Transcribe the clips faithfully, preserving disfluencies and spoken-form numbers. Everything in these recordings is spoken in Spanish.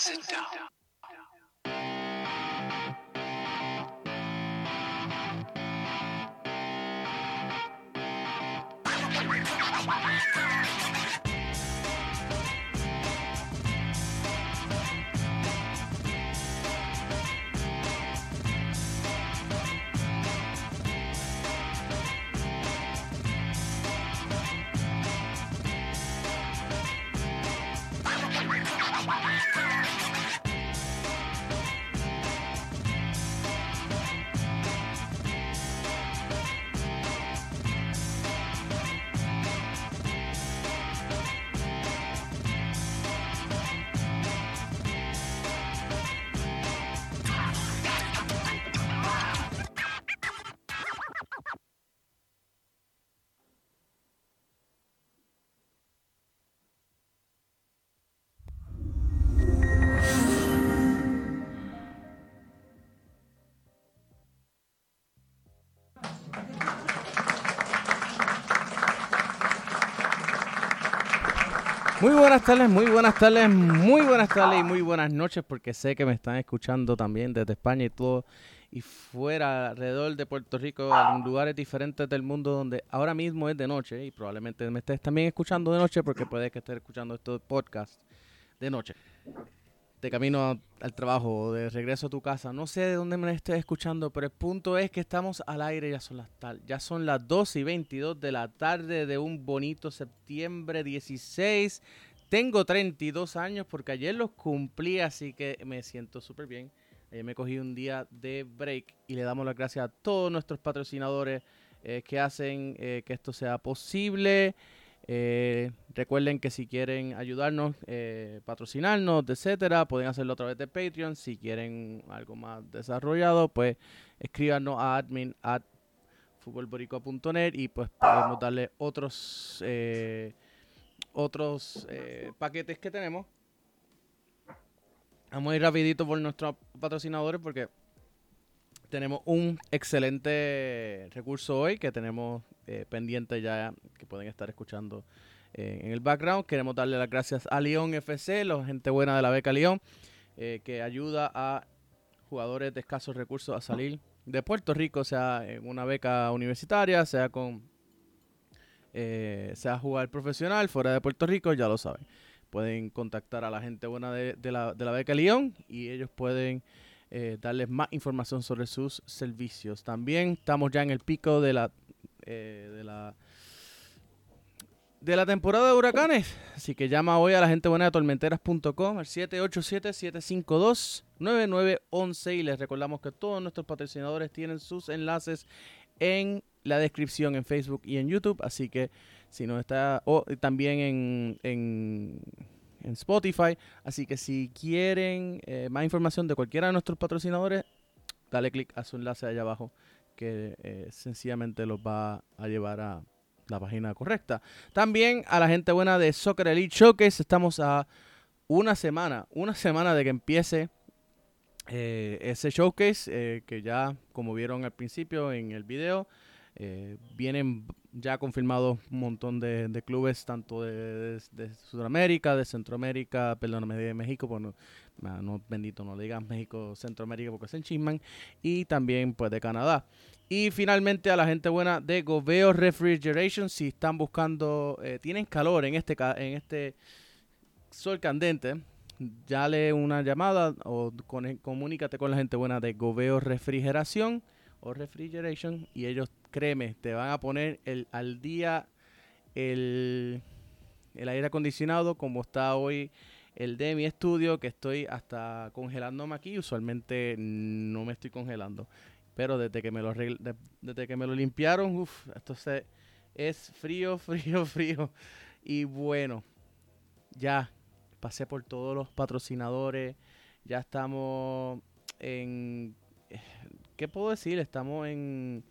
sit down. Muy buenas tardes, muy buenas tardes, muy buenas tardes y muy buenas noches, porque sé que me están escuchando también desde España y todo, y fuera, alrededor de Puerto Rico, en lugares diferentes del mundo donde ahora mismo es de noche, y probablemente me estés también escuchando de noche, porque puede que estés escuchando estos podcasts de noche, de camino al trabajo o de regreso a tu casa. No sé de dónde me estés escuchando, pero el punto es que estamos al aire. Ya son las tal, ya son las dos y veintidós de la tarde de un bonito septiembre dieciséis. Tengo treinta y dos años porque ayer los cumplí, así que me siento súper bien. Ayer me cogí un día de break y le damos las gracias a todos nuestros patrocinadores eh, que hacen eh, que esto sea posible. Eh, recuerden que si quieren ayudarnos, eh, patrocinarnos, etcétera, pueden hacerlo a través de Patreon. Si quieren algo más desarrollado, pues escríbanos a admin at futbolboricua punto net y pues podemos darle otros eh, otros eh, paquetes que tenemos. Vamos a ir rapidito por nuestros patrocinadores porque tenemos un excelente recurso hoy que tenemos eh, pendiente ya, que pueden estar escuchando eh, en el background. Queremos darle las gracias a León F C, la gente buena de la beca León, eh, que ayuda a jugadores de escasos recursos a salir de Puerto Rico, sea en una beca universitaria, sea con eh, sea jugar profesional fuera de Puerto Rico, ya lo saben. Pueden contactar a la gente buena de, de, la, de la beca León y ellos pueden eh, darles más información sobre sus servicios. También estamos ya en el pico de la eh, de la de la temporada de huracanes, así que llama hoy a la gente buena de tormenteras punto com al siete ocho siete, siete cinco dos, nueve nueve uno uno y les recordamos que todos nuestros patrocinadores tienen sus enlaces en la descripción en Facebook y en YouTube, así que si no está, o también en, en, en Spotify, así que si quieren eh, más información de cualquiera de nuestros patrocinadores, dale click a su enlace allá abajo que eh, sencillamente los va a llevar a la página correcta. También a la gente buena de Soccer Elite Showcase, estamos a una semana, una semana de que empiece eh, ese showcase, eh, que ya, como vieron al principio en el video, eh, vienen ya confirmados un montón de, de clubes, tanto de, de, de Sudamérica, de Centroamérica, perdóname, de México, pues no, no, bendito, no le digas México, Centroamérica, porque es en chisman, y también pues de Canadá. Y finalmente a la gente buena de Gobeo Refrigeration, si están buscando, eh, tienen calor en este, en este sol candente, dale una llamada o con, comunícate con la gente buena de Gobeo Refrigeración o Refrigeration y ellos, créeme, te van a poner el, al día el, el aire acondicionado como está hoy el de mi estudio, que estoy hasta congelándome aquí. Usualmente no me estoy congelando, pero desde que me lo, de, desde que me lo limpiaron, uff, esto se, es frío, frío, frío. Y bueno, ya pasé por todos los patrocinadores, ya estamos en, ¿qué puedo decir? Estamos en,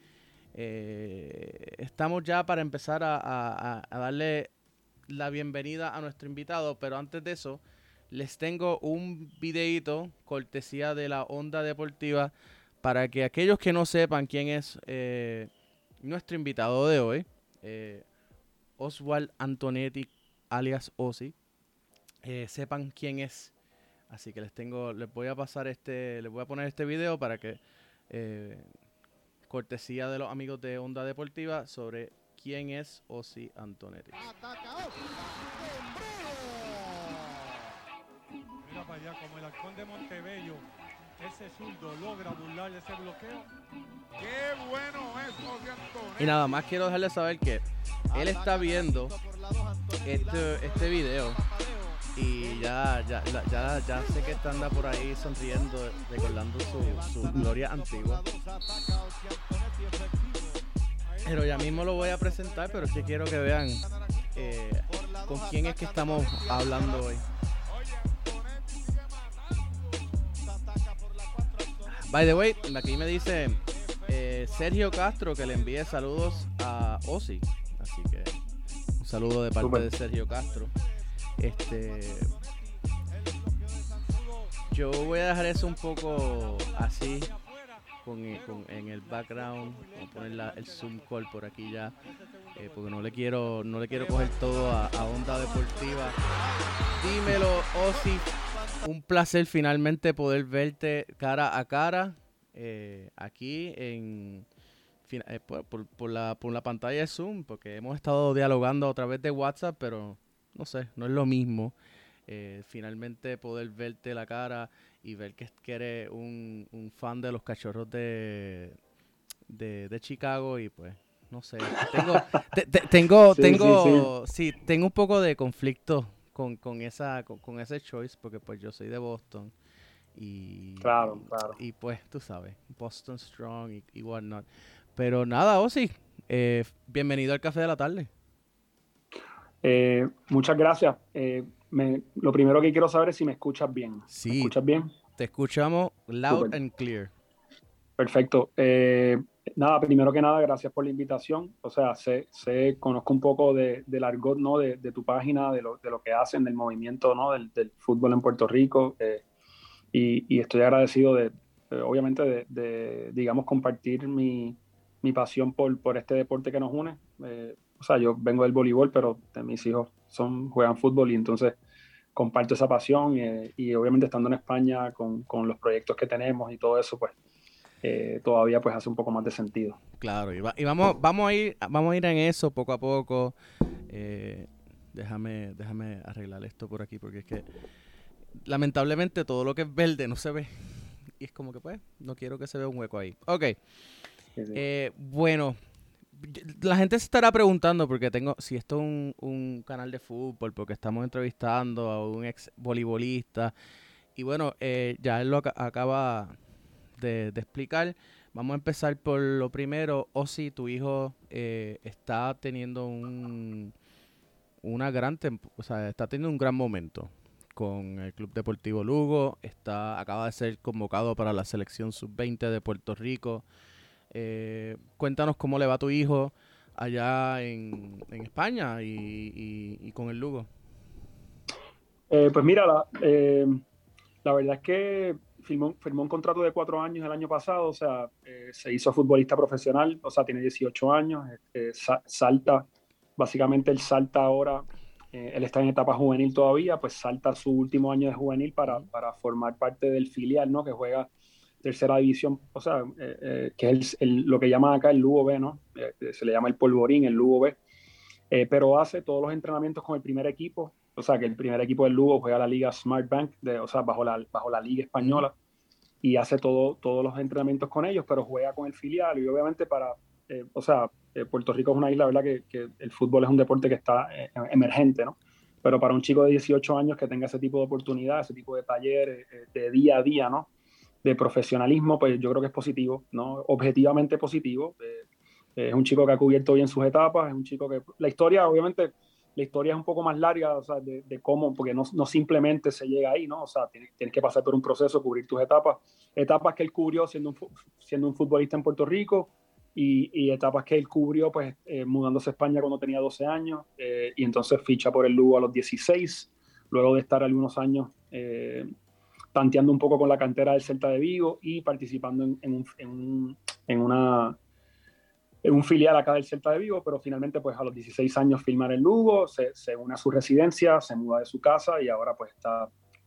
eh, estamos ya para empezar a, a, a darle la bienvenida a nuestro invitado, pero antes de eso, les tengo un videíto cortesía de la Onda Deportiva para que aquellos que no sepan quién es eh, nuestro invitado de hoy, eh, Oswald Antonetti alias Ozzy, eh, sepan quién es Así que les tengo, les voy a pasar este, les voy a poner este video para que, eh, cortesía de los amigos de Onda Deportiva, sobre quién es Ozzy Antonetti. Mira para allá, como el halcón de Montebello, ese zurdo logra burlar ese bloqueo. ¡Qué bueno es Ozzy Antonetti! Y nada más quiero dejarles saber que él está viendo este, este video y ya, ya, ya, ya, ya sé que anda por ahí sonriendo, recordando su, su gloria antigua. Pero ya mismo lo voy a presentar, pero es que quiero que vean eh, con quién es que estamos hablando hoy. By the way, aquí me dice eh, Sergio Castro que le envíe saludos a Ozzy. Así que un saludo de parte Super. de Sergio Castro. Este, yo voy a dejar eso un poco así con, con en el background. Voy a poner la, el Zoom call por aquí ya, eh, porque no le quiero no le quiero coger todo a, a Onda Deportiva. Dímelo, Ozzy. Un placer finalmente poder verte cara a cara eh, aquí en eh, por, por, por la por la pantalla de Zoom, porque hemos estado dialogando a través de WhatsApp, pero no sé, no es lo mismo. Eh, finalmente poder verte la cara y ver que, que eres un, un fan de los Cachorros de, de, de Chicago y pues, no sé, tengo, te, te, tengo, sí, tengo, sí, sí. sí, tengo un poco de conflicto con, con esa, con, con ese choice, porque pues yo soy de Boston y, claro, claro. y, y pues tú sabes, Boston Strong y, y whatnot. Pero nada, Ozzy, eh, bienvenido al Café de la Tarde. Eh, muchas gracias. Eh, me, lo primero que quiero saber es si me escuchas bien. Sí, ¿Me escuchas bien? Te escuchamos loud Super. and clear. Perfecto. Eh, nada, primero que nada, gracias por la invitación. O sea, sé, sé conozco un poco de, del argot, ¿no? De, de tu página, de lo, de lo que hacen, del movimiento, ¿no? Del, del fútbol en Puerto Rico. Eh, y, y estoy agradecido de, de obviamente, de, de, digamos, compartir mi, mi pasión por, por este deporte que nos une. Eh, O sea, yo vengo del voleibol, pero mis hijos son, juegan fútbol y entonces comparto esa pasión y, y obviamente estando en España con, con los proyectos que tenemos y todo eso, pues eh, todavía pues hace un poco más de sentido. Claro, y, va, y vamos, vamos, a ir, vamos a ir en eso poco a poco. Eh, déjame, déjame arreglar esto por aquí porque es que lamentablemente todo lo que es verde no se ve. Y es como que pues no quiero que se vea un hueco ahí. Ok, Sí, sí. eh, bueno... La gente se estará preguntando porque tengo, si esto es un, un canal de fútbol, porque estamos entrevistando a un ex voleibolista. Y bueno, eh, ya él lo ac- acaba de, de explicar. Vamos a empezar por lo primero. Ozzy, tu hijo eh, está teniendo un una gran temp- o sea, está teniendo un gran momento con el Club Deportivo Lugo. Está, acaba de ser convocado para la selección sub veinte de Puerto Rico. Eh, cuéntanos cómo le va a tu hijo allá en, en España y, y, y con el Lugo. Eh, pues mira, la, eh, la verdad es que firmó, firmó un contrato de cuatro años el año pasado, o sea, eh, se hizo futbolista profesional, o sea, tiene dieciocho años, eh, sa- salta, básicamente él salta ahora, eh, él está en etapa juvenil todavía, pues salta su último año de juvenil para, Uh-huh. para formar parte del filial, ¿no? Que juega tercera división, o sea, eh, eh, que es el, el, lo que llaman acá el Lugo B, ¿no? Eh, se le llama el Polvorín, el Lugo B. Eh, pero hace todos los entrenamientos con el primer equipo, o sea que el primer equipo del Lugo juega la liga Smart Bank, de, o sea, bajo la, bajo la liga española, uh-huh. Y hace todo, todos los entrenamientos con ellos, pero juega con el filial y obviamente para, eh, o sea, eh, Puerto Rico es una isla, ¿verdad? Que, que el fútbol es un deporte que está eh, emergente, ¿no? Pero para un chico de dieciocho años que tenga ese tipo de oportunidad, ese tipo de taller eh, de día a día, ¿no? De profesionalismo, pues yo creo que es positivo, ¿no? Objetivamente positivo. Eh, es un chico que ha cubierto bien sus etapas, es un chico que... La historia, obviamente, la historia es un poco más larga, o sea, de, de cómo, porque no, no simplemente se llega ahí, ¿no? O sea, tienes, tienes que pasar por un proceso, cubrir tus etapas, etapas que él cubrió siendo un, siendo un futbolista en Puerto Rico y, y etapas que él cubrió, pues, eh, mudándose a España cuando tenía doce años eh, y entonces ficha por el Lugo a los dieciséis, luego de estar algunos años... Eh, tanteando un poco con la cantera del Celta de Vigo y participando en, en, un, en, un, en, una, en un filial acá del Celta de Vigo, pero finalmente pues a los dieciséis años firma en el Lugo, se, se une a su residencia, se muda de su casa y ahora pues está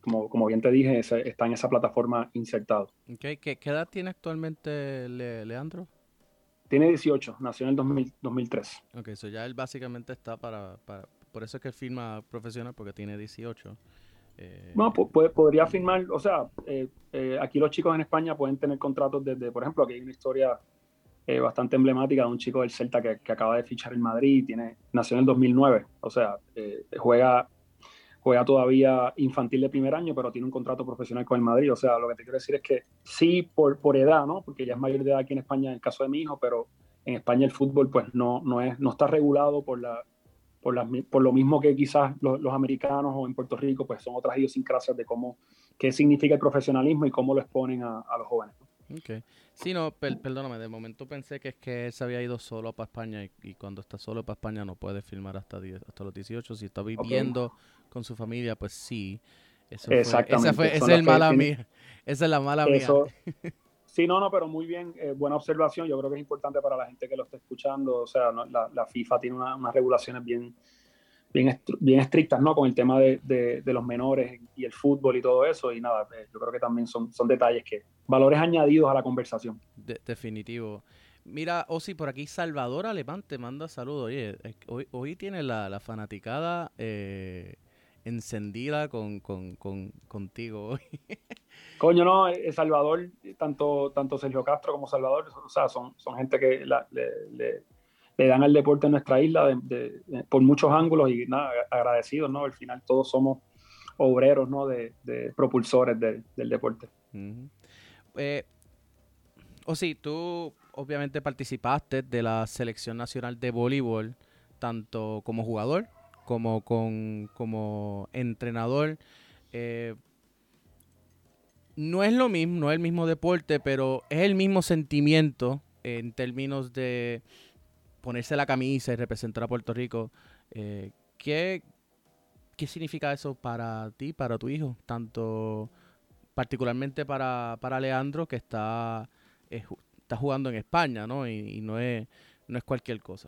como, como bien te dije, ese, está en esa plataforma insertado. Okay. ¿Qué, ¿Qué edad tiene actualmente Le- Leandro? Tiene dieciocho, nació en el dos mil, dos mil tres. Ok, eso ya él básicamente está para, para... Por eso es que él firma profesional, porque tiene dieciocho. Eh, Bueno, po- puede- podría firmar, o sea, eh, eh, aquí los chicos en España pueden tener contratos desde, por ejemplo, aquí hay una historia eh, bastante emblemática de un chico del Celta que, que acaba de fichar en Madrid, tiene, nació en el dos mil nueve, o sea, eh, juega, juega todavía infantil de primer año, pero tiene un contrato profesional con el Madrid, o sea, lo que te quiero decir es que sí por, por edad, ¿no? Porque ya es mayor de edad aquí en España en el caso de mi hijo, pero en España el fútbol pues no, no, es, no está regulado por la por, las, por lo mismo que quizás los, los americanos o en Puerto Rico, pues son otras idiosincrasias de cómo, qué significa el profesionalismo y cómo lo exponen a, a los jóvenes. Ok. Sí, no, per- perdóname, de momento pensé que es que él se había ido solo para España y, y cuando está solo para España no puede filmar hasta, diez hasta los dieciocho. Si está viviendo Okay. con su familia, pues sí. Eso fue, esa Exactamente. fue, esa Son es las el que mala tienen, mía. Esa es la mala mía. eso, sí, no, no, pero muy bien, eh, buena observación. Yo creo que es importante para la gente que lo está escuchando. O sea, no, la, la FIFA tiene una, unas regulaciones bien, bien, bien estrictas, ¿no? Con el tema de, de, de los menores y el fútbol y todo eso. Y nada, eh, yo creo que también son, son detalles que, valores añadidos a la conversación. De- definitivo. Mira, Osi, por aquí Salvador Alemán te manda saludos. Oye, es que hoy, hoy tiene la, la fanaticada eh, encendida con, con, con, contigo hoy. Coño, no, El Salvador, tanto, tanto Sergio Castro como Salvador, o sea, son, son gente que la, le, le, le, dan al deporte en nuestra isla de, de, de, por muchos ángulos y nada, agradecidos, ¿no? Al final todos somos obreros, ¿no? De, de propulsores de, del deporte. Uh-huh. eh, Osi, tú obviamente participaste de la selección nacional de voleibol, tanto como jugador como con, como entrenador. Eh, no es lo mismo, no es el mismo deporte, pero es el mismo sentimiento en términos de ponerse la camisa y representar a Puerto Rico. Eh, ¿qué, ¿Qué significa eso para ti, para tu hijo? Tanto particularmente para, para Leandro, que está, eh, está jugando en España, ¿no? Y, y no, es, no es cualquier cosa.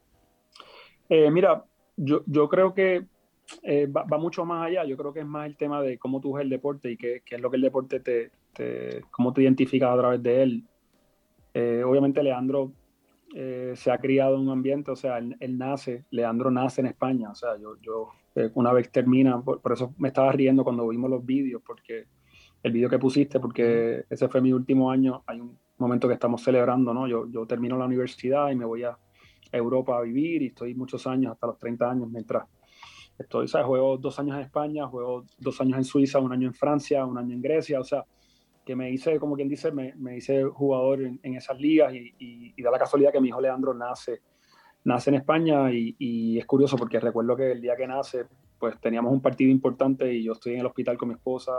Eh, mira, yo, yo creo que eh, va, va mucho más allá. Yo creo que es más el tema de cómo tú ves el deporte y qué, qué es lo que el deporte te, te, cómo te identificas a través de él. Eh, obviamente Leandro eh, se ha criado en un ambiente, o sea, él, él nace, Leandro nace en España, o sea, yo, yo eh, una vez termina, por, por, eso me estaba riendo cuando vimos los vídeos, porque el vídeo que pusiste, porque uh-huh. ese fue mi último año, hay un momento que estamos celebrando, ¿no? Yo, yo termino la universidad y me voy a Europa a vivir y estoy muchos años, hasta los treinta años, mientras estoy, o sea, juego dos años en España, juego dos años en Suiza, un año en Francia, un año en Grecia, o sea, que me hice, como quien dice, me, me hice jugador en, en esas ligas y, y, y da la casualidad que mi hijo Leandro nace, nace en España y, y es curioso porque recuerdo que el día que nace, pues teníamos un partido importante y yo estoy en el hospital con mi esposa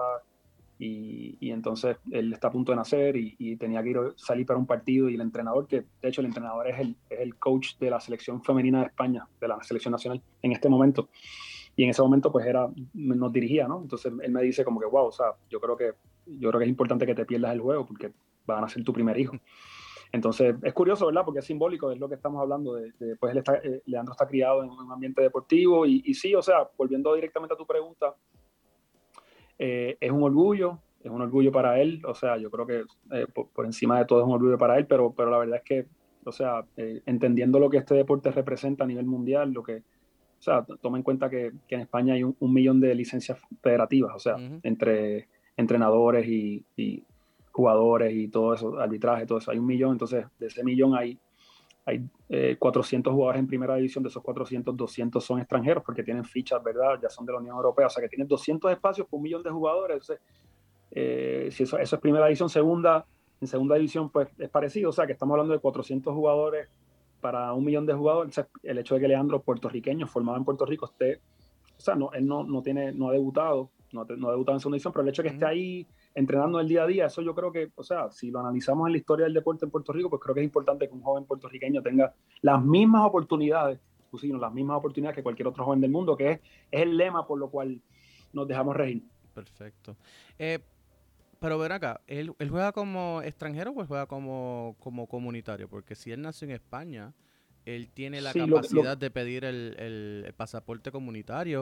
y, y entonces él está a punto de nacer y, y tenía que ir salir para un partido y el entrenador, que de hecho el entrenador es el, es el coach de la selección femenina de España, de la selección nacional en este momento. Y en ese momento pues era, nos dirigía, ¿no? Entonces él me dice como que, wow, o sea, yo creo que, yo creo que es importante que te pierdas el juego porque van a ser tu primer hijo. Entonces es curioso, ¿verdad? Porque es simbólico, es lo que estamos hablando, de, de pues él está, eh, Leandro está criado en un ambiente deportivo y, y sí, o sea, volviendo directamente a tu pregunta, eh, es un orgullo, es un orgullo para él, o sea, yo creo que eh, por, por encima de todo es un orgullo para él, pero, pero la verdad es que, o sea, eh, entendiendo lo que este deporte representa a nivel mundial, lo que o sea, toma en cuenta que, que en España hay un, un millón de licencias federativas, o sea, uh-huh. entre entrenadores y, y jugadores y todo eso, arbitraje, todo eso, hay un millón, entonces de ese millón hay, hay eh, cuatrocientos jugadores en primera división, de esos cuatrocientos, doscientos son extranjeros porque tienen fichas, ¿verdad? Ya son de la Unión Europea, o sea que tienen doscientos espacios por un millón de jugadores, entonces, eh, si eso, eso es primera división, segunda, en segunda división pues es parecido, o sea que estamos hablando de cuatrocientos jugadores para un millón de jugadores. El hecho de que Leandro, puertorriqueño, formado en Puerto Rico, esté, o sea, no, él no, no, tiene, no ha debutado, no, no ha debutado en segunda división, pero el hecho de que esté ahí entrenando el día a día, eso yo creo que, o sea, si lo analizamos en la historia del deporte en Puerto Rico, pues creo que es importante que un joven puertorriqueño tenga las mismas oportunidades, pues sí, no, las mismas oportunidades que cualquier otro joven del mundo, que es, es el lema por lo cual nos dejamos regir. Perfecto. Eh, Pero ven acá, ¿él, ¿él juega como extranjero o él juega como, como comunitario? Porque si él nació en España, él tiene la sí, capacidad lo, lo, de pedir el, el, el pasaporte comunitario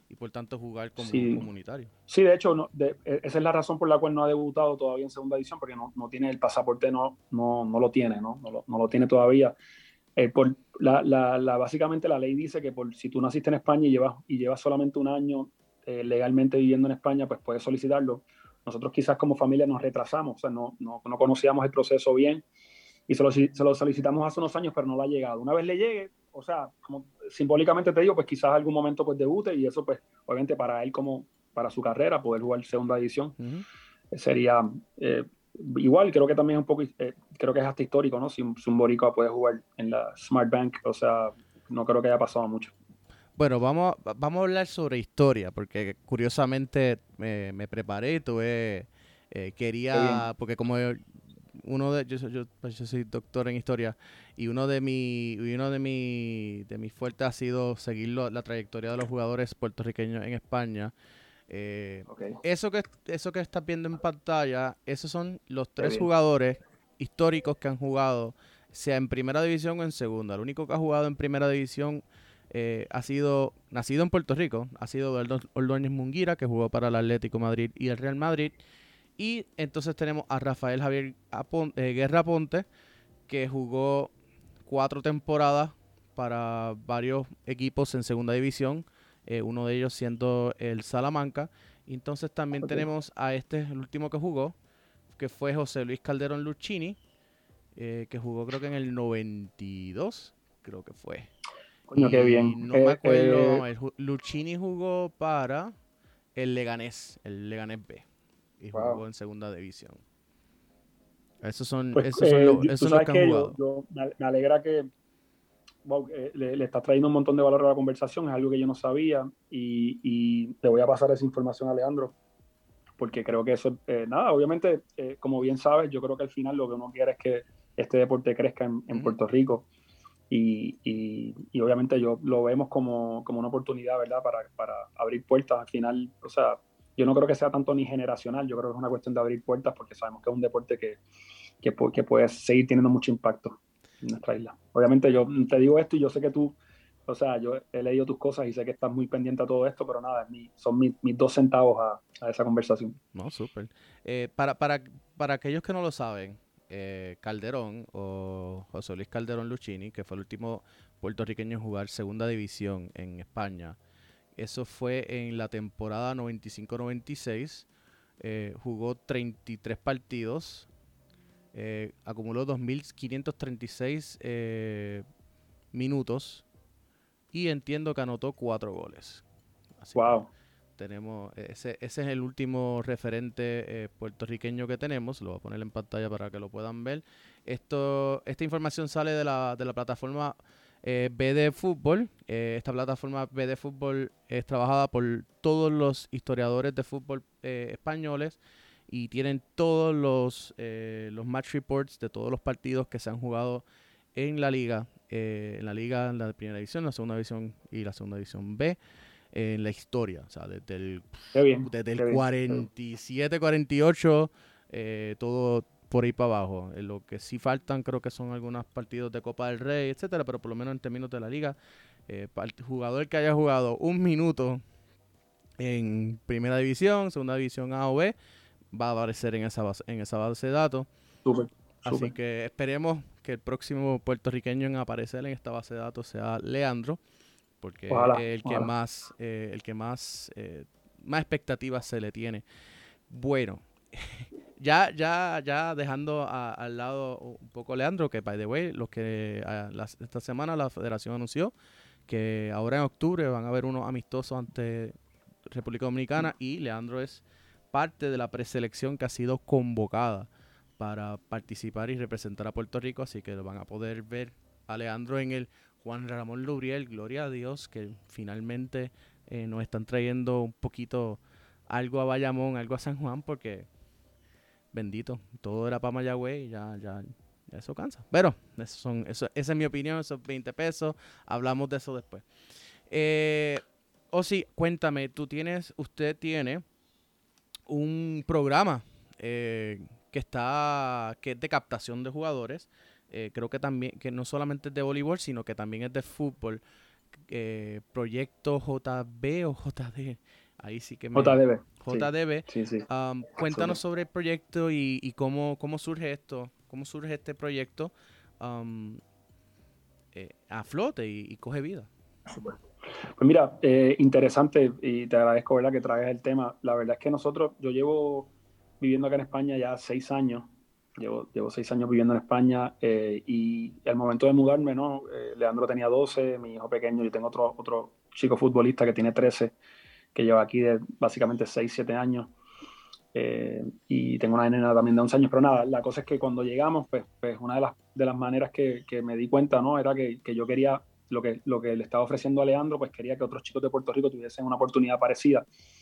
y por tanto jugar como sí. comunitario. Sí, de hecho, no, de, esa es la razón por la cual no ha debutado todavía en segunda división, porque no, no tiene el pasaporte, no, no, no lo tiene, ¿no? No, lo, no lo tiene todavía. Eh, por la, la, la, básicamente la ley dice que por, si tú naciste en España y llevas, y llevas solamente un año eh, legalmente viviendo en España, pues puedes solicitarlo. Nosotros quizás como familia nos retrasamos, o sea, no, no, no conocíamos el proceso bien y se lo, se lo solicitamos hace unos años, pero no lo ha llegado. Una vez le llegue, o sea, como simbólicamente te digo, pues quizás algún momento pues debute y eso pues obviamente para él como para su carrera, poder jugar segunda división, uh-huh. sería eh, igual, creo que también es un poco, eh, creo que es hasta histórico, ¿no? Si un, si un boricua puede jugar en la Smart Bank, o sea, no creo que haya pasado mucho. Bueno, vamos, vamos a hablar sobre historia, porque curiosamente me, me preparé y tuve, eh, quería, porque como uno de, yo, yo, yo soy doctor en historia, y uno de mi, y uno de mi, de mis fuertes ha sido seguir lo, la trayectoria de los jugadores puertorriqueños en España. Eh, okay. Eso que eso que estás viendo en pantalla, esos son los tres jugadores históricos que han jugado, sea en primera división o en segunda. El único que ha jugado en primera división eh, ha sido, nacido en Puerto Rico, ha sido Ordóñez Munguira, que jugó para el Atlético Madrid y el Real Madrid. Y entonces tenemos a Rafael Javier Apon, eh, Guerra Ponte, que jugó cuatro temporadas para varios equipos en segunda división. Eh, uno de ellos siendo el Salamanca. Y entonces también okay. tenemos a este, el último que jugó, que fue José Luis Calderón Luchini, eh, que jugó creo que en el noventa y dos, creo que fue. Coño, qué bien. No eh, me acuerdo, eh, Luchini jugó para el Leganés, el Leganés B, y wow. jugó en segunda división. Esos son, pues, esos son, eh, los, esos son los que, que han jugado. Yo, yo me alegra que Wow, eh, le, le está trayendo un montón de valor a la conversación, es algo que yo no sabía y, y te voy a pasar esa información a Leandro, porque creo que eso, eh, nada, obviamente, eh, como bien sabes, yo creo que al final lo que uno quiere es que este deporte crezca en, en uh-huh. Puerto Rico y, y, y obviamente yo lo vemos como, como una oportunidad, ¿verdad? Para, para abrir puertas al final, o sea, yo no creo que sea tanto ni generacional, yo creo que es una cuestión de abrir puertas porque sabemos que es un deporte que, que, que puede seguir teniendo mucho impacto en nuestra isla. Obviamente yo te digo esto y yo sé que tú, o sea, yo he leído tus cosas y sé que estás muy pendiente a todo esto, pero nada, mi, son mi, mis dos centavos a, a esa conversación. No, súper. Eh, para, para, para aquellos que no lo saben, eh, Calderón o José Luis Calderón Luchini, que fue el último puertorriqueño en jugar segunda división en España, eso fue en la temporada noventa y cinco noventa y seis, eh, jugó treinta y tres partidos, Eh, acumuló dos mil quinientos treinta y seis eh, minutos y entiendo que anotó cuatro goles. Así wow. Tenemos ese, ese es el último referente eh, puertorriqueño que tenemos. Lo voy a poner en pantalla para que lo puedan ver. Esto, esta información sale de la, de la plataforma eh, B D Fútbol. Eh, esta plataforma B D Fútbol es trabajada por todos los historiadores de fútbol eh, españoles. Y tienen todos los, eh, los match reports de todos los partidos que se han jugado en la liga. Eh, en la liga, en la primera división, la segunda división y la segunda división B. Eh, en la historia. O sea, desde el, bien, desde el cuarenta y siete, cuarenta y ocho, eh, todo por ahí para abajo. Eh, lo que sí faltan creo que son algunos partidos de Copa del Rey, etcétera. Pero por lo menos en términos de la liga, eh, para el jugador que haya jugado un minuto en primera división, segunda división A o B, va a aparecer en esa base, en esa base de datos. Super, Así super. que esperemos que el próximo puertorriqueño en aparecer en esta base de datos sea Leandro, porque ojalá, es el que más, eh, el que más, eh, más expectativas se le tiene. Bueno, ya, ya, ya dejando a, al lado un poco Leandro, que by the way, los que a, la, esta semana la Federación anunció que ahora en octubre van a haber unos amistosos ante República Dominicana y Leandro es parte de la preselección que ha sido convocada para participar y representar a Puerto Rico, así que lo van a poder ver a Leandro en el Juan Ramón Lubriel, gloria a Dios, que finalmente eh, nos están trayendo un poquito algo a Bayamón, algo a San Juan, porque bendito, todo era para Mayagüez y ya, ya, ya eso cansa. Pero eso son, eso, esa es mi opinión, esos veinte pesos, hablamos de eso después. Eh, o sí, cuéntame, tú tienes, usted tiene un programa eh, que está que es de captación de jugadores, eh, creo que también que no solamente es de voleibol sino que también es de fútbol. eh, Proyecto J B o J D. Ahí sí que me... J D B. J D B. Sí, sí. sí. Um, cuéntanos sobre el proyecto y, y cómo, cómo surge esto, cómo surge este proyecto um, eh, a flote y, y coge vida. Pues mira, eh, interesante y te agradezco, ¿verdad?, que traigas el tema. La verdad es que nosotros, yo llevo viviendo acá en España ya seis años, llevo, llevo seis años viviendo en España eh, y al momento de mudarme, ¿no? Eh, Leandro tenía doce, mi hijo pequeño, yo tengo otro, otro chico futbolista que tiene trece, que lleva aquí de básicamente seis, siete años. Eh, y tengo una nena también de once años, pero nada, la cosa es que cuando llegamos, pues, pues una de las, de las maneras que, que me di cuenta, ¿no?, era que, que yo quería, lo que, lo que le estaba ofreciendo a Leandro, pues quería que otros chicos de Puerto Rico tuviesen una oportunidad parecida.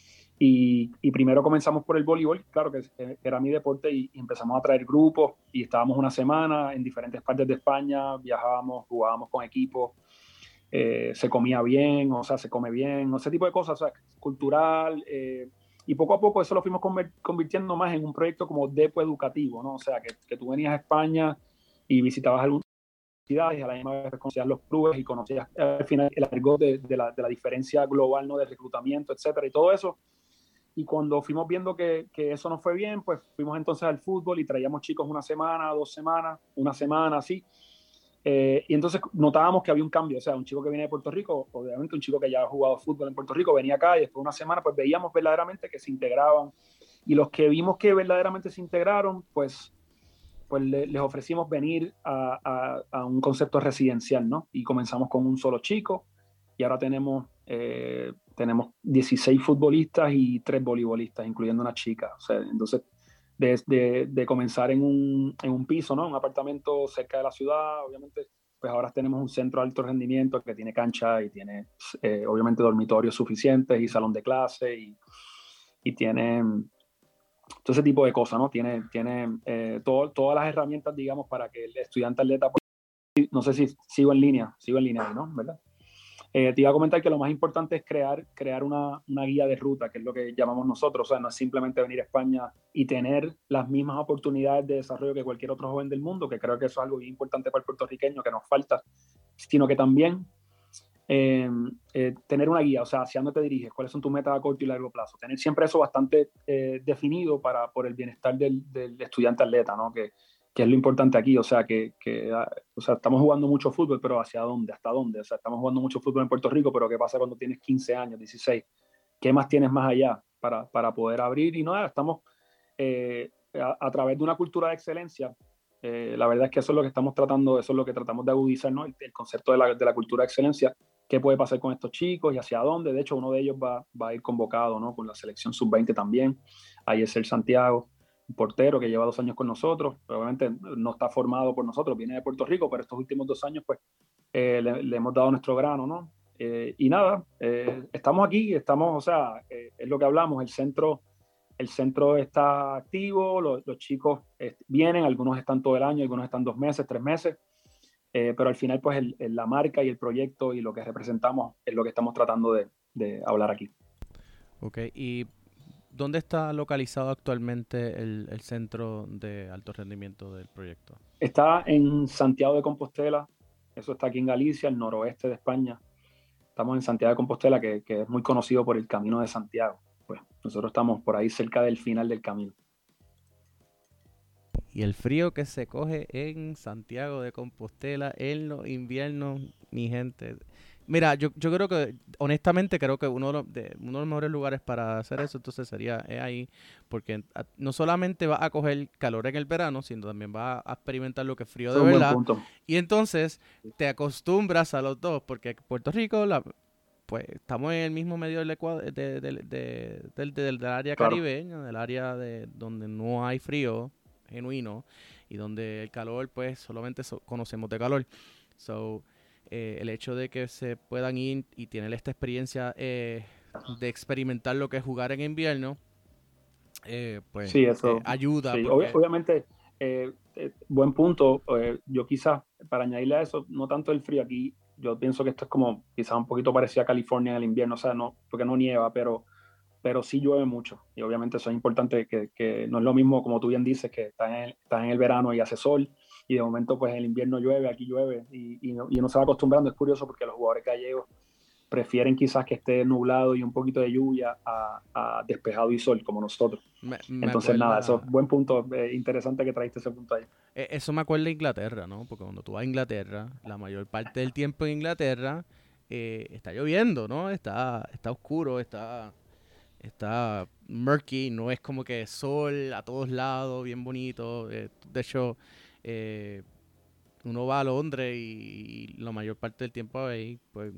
Y, y primero comenzamos por el voleibol, claro que era mi deporte, y, y empezamos a traer grupos y estábamos una semana en diferentes partes de España, viajábamos, jugábamos con equipos, eh, se comía bien, o sea, se come bien, ese tipo de cosas, o sea, cultural, eh, y poco a poco eso lo fuimos convirtiendo más en un proyecto como depo educativo, ¿no? O sea, que, que tú venías a España y visitabas algunas universidades y a la misma vez conocías los clubes y conocías al final el argot de, de, la, de la diferencia global, ¿no?, de reclutamiento, etcétera, y todo eso. Y cuando fuimos viendo que, que eso no fue bien, pues fuimos entonces al fútbol y traíamos chicos una semana, dos semanas, una semana, así. Eh, y entonces notábamos que había un cambio, o sea, un chico que viene de Puerto Rico, obviamente un chico que ya ha jugado fútbol en Puerto Rico, venía acá y después de una semana pues veíamos verdaderamente que se integraban. Y los que vimos que verdaderamente se integraron, pues, pues le, les ofrecimos venir a, a, a un concepto residencial, ¿no? Y comenzamos con un solo chico y ahora tenemos, eh, tenemos dieciséis futbolistas y tres voleibolistas, incluyendo una chica. O sea, entonces, de, de, de comenzar en un, en un piso, ¿no?, un apartamento cerca de la ciudad, obviamente, pues ahora tenemos un centro de alto rendimiento que tiene cancha y tiene, eh, obviamente, dormitorios suficientes y salón de clase y, y tiene todo ese tipo de cosas, ¿no? Tiene, tiene eh, todo, todas las herramientas, digamos, para que el estudiante atleta, pues, no sé si sigo en línea, sigo en línea, ¿no? ¿Verdad? Eh, te iba a comentar que lo más importante es crear, crear una, una guía de ruta, que es lo que llamamos nosotros. O sea, no es simplemente venir a España y tener las mismas oportunidades de desarrollo que cualquier otro joven del mundo, que creo que eso es algo bien importante para el puertorriqueño, que nos falta, sino que también eh, eh, tener una guía, o sea, hacia dónde te diriges, cuáles son tus metas a corto y largo plazo. Tener siempre eso bastante eh, definido para, por el bienestar del, del estudiante atleta, ¿no? Que, que es lo importante aquí, o sea, que, que o sea, estamos jugando mucho fútbol, pero ¿hacia dónde? ¿Hasta dónde? O sea, estamos jugando mucho fútbol en Puerto Rico, pero ¿qué pasa cuando tienes quince años, dieciséis? ¿Qué más tienes más allá para, para poder abrir? Y no, estamos eh, a, a través de una cultura de excelencia. Eh, la verdad es que eso es lo que estamos tratando, eso es lo que tratamos de agudizar, ¿no? El, el concepto de la, de la cultura de excelencia. ¿Qué puede pasar con estos chicos y hacia dónde? De hecho, uno de ellos va, va a ir convocado, ¿no?, con la selección sub veinte también. Ahí es el Santiago, un portero que lleva dos años con nosotros. Obviamente no está formado por nosotros, viene de Puerto Rico, pero estos últimos dos años pues eh, le, le hemos dado nuestro grano, ¿no? Eh, y nada, eh, estamos aquí, estamos, o sea, eh, es lo que hablamos, el centro, el centro está activo, los, los chicos eh, vienen, algunos están todo el año, algunos están dos meses, tres meses, eh, pero al final pues el, el, la marca y el proyecto y lo que representamos es lo que estamos tratando de, de hablar aquí. Ok, y ¿dónde está localizado actualmente el, el centro de alto rendimiento del proyecto? Está en Santiago de Compostela, eso está aquí en Galicia, el noroeste de España. Estamos en Santiago de Compostela, que, que es muy conocido por el Camino de Santiago. Pues nosotros estamos por ahí cerca del final del camino. Y el frío que se coge en Santiago de Compostela en los inviernos, mi gente. Mira, yo, yo creo que, honestamente, creo que uno de, los, de, uno de los mejores lugares para hacer eso, entonces sería es ahí, porque a, no solamente vas a coger calor en el verano, sino también vas a experimentar lo que es frío de es verdad. Y entonces te acostumbras a los dos, porque Puerto Rico, la, pues estamos en el mismo medio del, Ecuador, de, de, de, de, del, del, del área claro. caribeña, del área de donde no hay frío genuino y donde el calor, pues solamente so, conocemos de calor. So, eh, el hecho de que se puedan ir y tener esta experiencia eh, de experimentar lo que es jugar en invierno, eh, pues sí, eso, eh, ayuda. Sí. Porque... Obviamente, eh, eh, buen punto. Eh, yo quizás, para añadirle a eso, no tanto el frío aquí, yo pienso que esto es como quizás un poquito parecido a California en el invierno, o sea, no, porque no nieva, pero pero sí llueve mucho y obviamente eso es importante, que, que no es lo mismo, como tú bien dices, que estás en, estás en el verano y hace sol y de momento pues en el invierno llueve, aquí llueve y, y, no, y uno se va acostumbrando. Es curioso porque los jugadores gallegos prefieren quizás que esté nublado y un poquito de lluvia a, a despejado y sol como nosotros. Me, me Entonces acuerda, nada, eso es buen punto, eh, interesante que traiste ese punto ahí. eh, eso me acuerda de Inglaterra, ¿no? Porque cuando tú vas a Inglaterra, la mayor parte del tiempo en Inglaterra eh, está lloviendo, ¿no? Está, está oscuro, está, está murky, no es como que sol a todos lados, bien bonito. Eh, de hecho, eh, uno va a Londres y, y la mayor parte del tiempo hay pues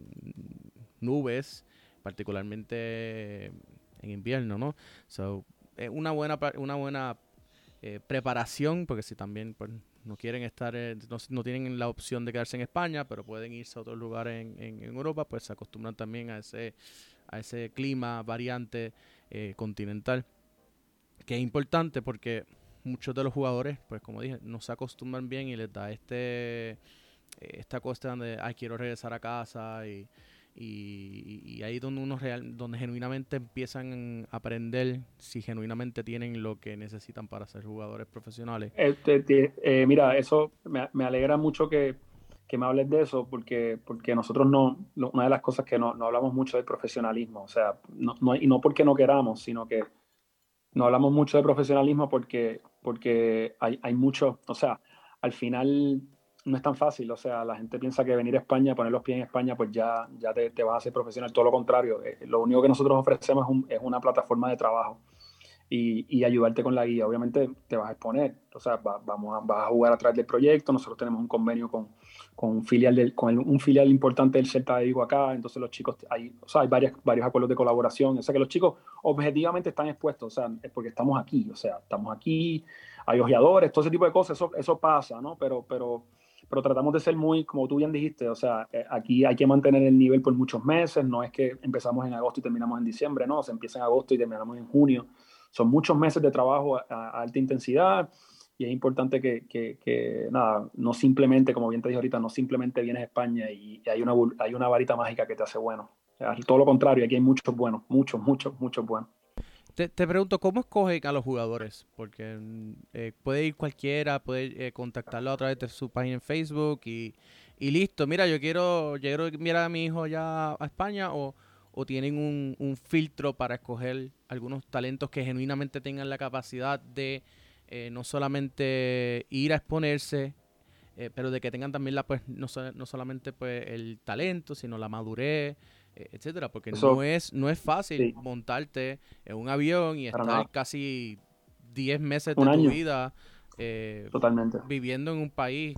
nubes, particularmente en invierno, ¿no? So, es una buena pa- una buena eh, preparación, porque si también pues, no quieren estar, eh, no, no tienen la opción de quedarse en España, pero pueden irse a otros lugares en, en, en Europa, pues se acostumbran también a ese, a ese clima variante eh, continental, que es importante porque muchos de los jugadores, pues como dije, no se acostumbran bien y les da este esta cosa donde ay, quiero regresar a casa y, y, y ahí donde uno real, donde genuinamente empiezan a aprender si genuinamente tienen lo que necesitan para ser jugadores profesionales. Este, te- eh, mira, eso me, me alegra mucho que, que me hables de eso, porque, porque nosotros no, no- una de las cosas que no, no hablamos mucho del profesionalismo, o sea, no, no- y no porque no queramos, sino que no hablamos mucho de profesionalismo porque, porque hay, hay mucho, o sea, al final no es tan fácil, o sea, la gente piensa que venir a España, poner los pies en España, pues ya, ya te, te vas a hacer profesional, todo lo contrario, eh, lo único que nosotros ofrecemos es, un- es una plataforma de trabajo y, y ayudarte con la guía. Obviamente te vas a exponer, o sea, va, vamos a, vas a jugar a través del proyecto. Nosotros tenemos un convenio con, con un filial del, con el, un filial importante del Celta de Vigo acá, entonces los chicos, hay, o sea, hay varias, varios acuerdos de colaboración, o sea que los chicos objetivamente están expuestos, o sea, es porque estamos aquí, o sea, estamos aquí, hay ojeadores, todo ese tipo de cosas, eso, eso pasa, ¿no? Pero, pero, pero tratamos de ser muy, como tú bien dijiste, o sea, eh, aquí hay que mantener el nivel por muchos meses, no es que empezamos en agosto y terminamos en diciembre, no, se empieza en agosto y terminamos en junio. Son muchos meses de trabajo a, a alta intensidad y es importante que, que, que, nada, no simplemente, como bien te dije ahorita, no simplemente vienes a España y, y hay, una, hay una varita mágica que te hace bueno. O sea, todo lo contrario, aquí hay muchos buenos, muchos, muchos, muchos buenos. Te, te pregunto, ¿cómo escogen a los jugadores? Porque mm, eh, puede ir cualquiera, puede eh, contactarlo a través de su página en Facebook y, y listo. Mira, yo quiero, yo quiero enviar a mi hijo ya a España o, o tienen un, un filtro para escoger algunos talentos que genuinamente tengan la capacidad de eh, no solamente ir a exponerse, eh, pero de que tengan también la pues no, so- no solamente pues el talento, sino la madurez, eh, etcétera, porque no Eso, es no es fácil sí, montarte en un avión y para estar nada. casi diez meses Un de tu año, vida eh, totalmente. viviendo en un país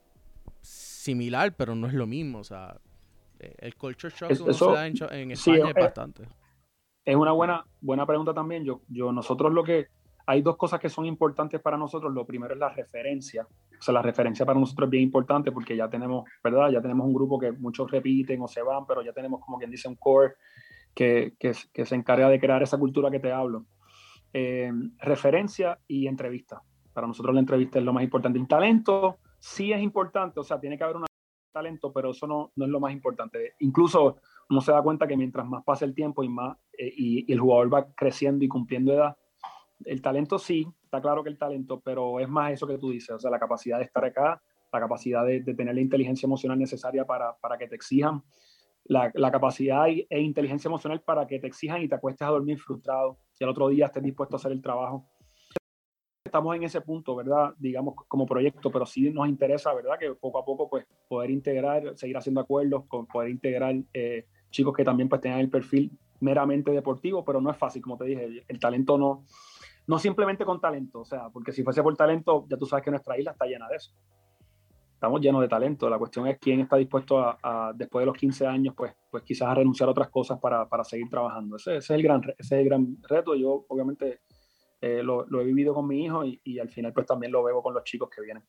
similar, pero no es lo mismo, o sea, eh, el culture shock que Es, uno se eso, da en, cho- en sí, España es es, bastante. es una buena, buena pregunta también. Yo, yo, nosotros lo que, hay dos cosas que son importantes para nosotros. Lo primero es la referencia. O sea, la referencia para nosotros es bien importante porque ya tenemos, ¿verdad? Ya tenemos un grupo que muchos repiten o se van, pero ya tenemos, como quien dice, un core que, que, que se encarga de crear esa cultura que te hablo. Eh, referencia y entrevista. Para nosotros la entrevista es lo más importante. El talento sí es importante, o sea, tiene que haber un talento, pero eso no, no es lo más importante. Incluso uno se da cuenta que mientras más pasa el tiempo y más eh, y, y el jugador va creciendo y cumpliendo edad, el talento sí, está claro que el talento, pero es más eso que tú dices, o sea, la capacidad de estar acá, la capacidad de, de tener la inteligencia emocional necesaria para, para que te exijan, la, la capacidad y, e inteligencia emocional para que te exijan y te acuestes a dormir frustrado y al otro día estés dispuesto a hacer el trabajo. Estamos en ese punto, ¿verdad? Digamos, como proyecto, pero sí nos interesa, ¿verdad? Que poco a poco, pues, poder integrar, seguir haciendo acuerdos, con poder integrar eh, chicos que también, pues, tengan el perfil meramente deportivo, pero no es fácil, como te dije, el, el talento no, no simplemente con talento, o sea, porque si fuese por talento, ya tú sabes que nuestra isla está llena de eso. Estamos llenos de talento. La cuestión es quién está dispuesto a, a después de los quince años, pues, pues quizás a renunciar a otras cosas para, para seguir trabajando. Ese, ese, es el gran, ese es el gran reto. Yo, obviamente, eh, lo, lo he vivido con mi hijo y, y al final, pues también lo veo con los chicos que vienen.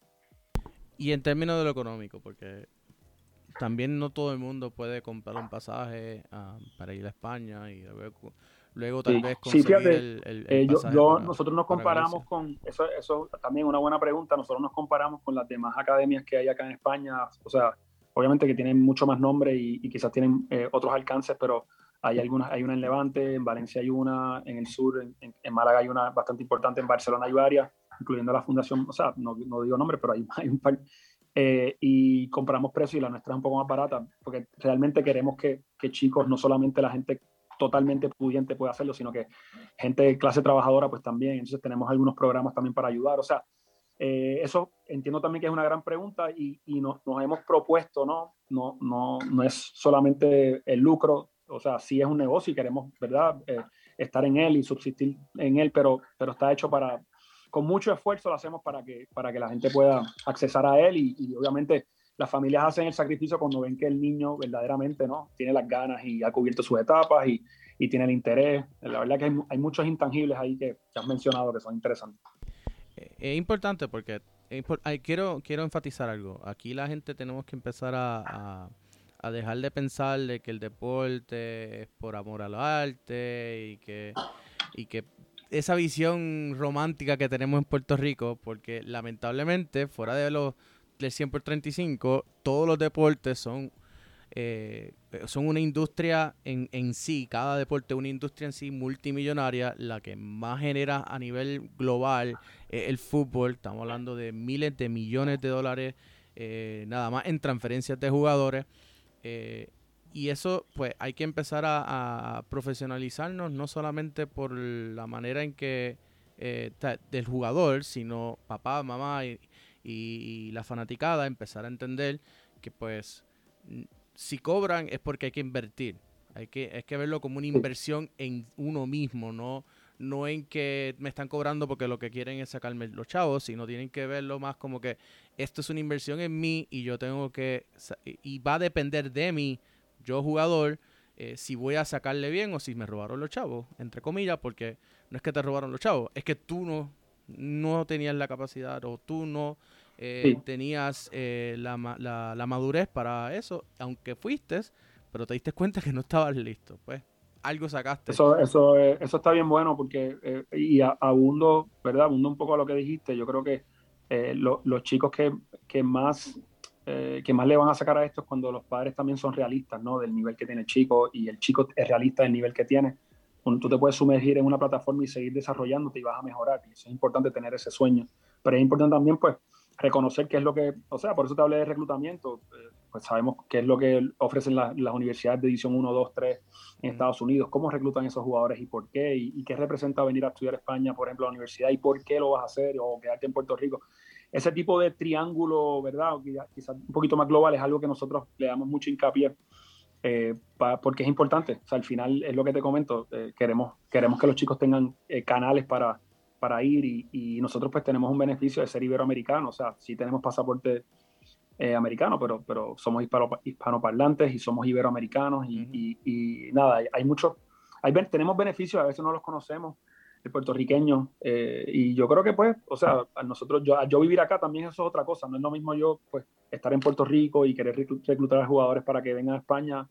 Y en términos de lo económico, porque también no todo el mundo puede comprar un pasaje uh, para ir a España y luego, luego tal Sí, vez sí, conseguir fíjate, el, el, el eh, yo, pasaje yo, para, nosotros nos para comparamos Galicia. con, eso, eso también una buena pregunta, nosotros nos comparamos con las demás academias que hay acá en España, o sea, obviamente que tienen mucho más nombre y, y quizás tienen eh, otros alcances, pero hay algunas, hay una en Levante, en Valencia hay una, en el sur, en, en, en Málaga hay una bastante importante, en Barcelona hay varias, incluyendo la fundación, o sea, no, no digo nombre, pero hay, hay un par. eh, y compramos precio y la nuestra es un poco más barata, porque realmente queremos que, que chicos, no solamente la gente totalmente pudiente pueda hacerlo, sino que gente de clase trabajadora pues también. Entonces tenemos algunos programas también para ayudar. O sea, eh, eso entiendo también que es una gran pregunta y, y nos, nos hemos propuesto, ¿no? No, no, no es solamente el lucro, o sea, sí es un negocio y queremos, ¿verdad? Eh, estar en él y subsistir en él, pero, pero está hecho para, con mucho esfuerzo lo hacemos para que, para que la gente pueda accesar a él y, y obviamente las familias hacen el sacrificio cuando ven que el niño verdaderamente, ¿no? Tiene las ganas y ha cubierto sus etapas y, y tiene el interés. La verdad que hay, hay muchos intangibles ahí que, que has mencionado que son interesantes. Es importante porque es impor- ay, quiero, quiero enfatizar algo. Aquí la gente tenemos que empezar a, a, a dejar de pensar de que el deporte es por amor al arte y que, y que esa visión romántica que tenemos en Puerto Rico, porque lamentablemente fuera de los del cien por treinta y cinco, todos los deportes son eh, son una industria en, en sí, cada deporte es una industria en sí multimillonaria, la que más genera a nivel global es el fútbol. Estamos hablando de miles de millones de dólares eh, nada más en transferencias de jugadores. Eh, y eso, pues, hay que empezar a, a profesionalizarnos, no solamente por la manera en que eh, ta- del jugador, sino papá, mamá y, y, y la fanaticada, empezar a entender que, pues, n- si cobran es porque hay que invertir. Hay que, hay que verlo como una inversión en uno mismo, no, no en que me están cobrando porque lo que quieren es sacarme los chavos, sino tienen que verlo más como que esto es una inversión en mí y yo tengo que, y va a depender de mí, yo jugador, eh, si voy a sacarle bien o si me robaron los chavos, entre comillas, porque no es que te robaron los chavos, es que tú no, no tenías la capacidad o tú no eh, Sí. tenías eh, la, la, la madurez para eso, aunque fuiste, pero te diste cuenta que no estabas listo, pues algo sacaste. Eso, eso, eh, eso está bien bueno porque, eh, y a- abundo, ¿verdad? Abundo un poco a lo que dijiste. Yo creo que eh, lo- los chicos que, que más, eh, que más le van a sacar a esto es cuando los padres también son realistas, ¿no? Del nivel que tiene el chico y el chico es realista del nivel que tiene. Cuando tú te puedes sumergir en una plataforma y seguir desarrollándote y vas a mejorar. Y eso es importante tener ese sueño. Pero es importante también, pues, reconocer qué es lo que, o sea, por eso te hablé de reclutamiento. Eh, pues sabemos qué es lo que ofrecen la- las universidades de división uno, dos, tres en Estados Unidos, cómo reclutan esos jugadores y por qué, y, y qué representa venir a estudiar a España, por ejemplo, a la universidad, y por qué lo vas a hacer, o quedarte en Puerto Rico. Ese tipo de triángulo, ¿verdad? Quizás un poquito más global, es algo que nosotros le damos mucho hincapié, eh, pa, porque es importante. O sea, al final es lo que te comento, eh, queremos, queremos que los chicos tengan eh, canales para, para ir, y, y nosotros pues tenemos un beneficio de ser iberoamericanos, o sea, sí tenemos pasaporte eh, americano, pero, pero somos hispano, hispanoparlantes y somos iberoamericanos y, Uh-huh. y, y nada, hay, hay muchos, hay, tenemos beneficios, a veces no los conocemos, el puertorriqueño, eh, y yo creo que pues, o sea, a nosotros, yo, yo vivir acá también eso es otra cosa, no es lo mismo yo pues estar en Puerto Rico y querer reclutar a jugadores para que vengan a España,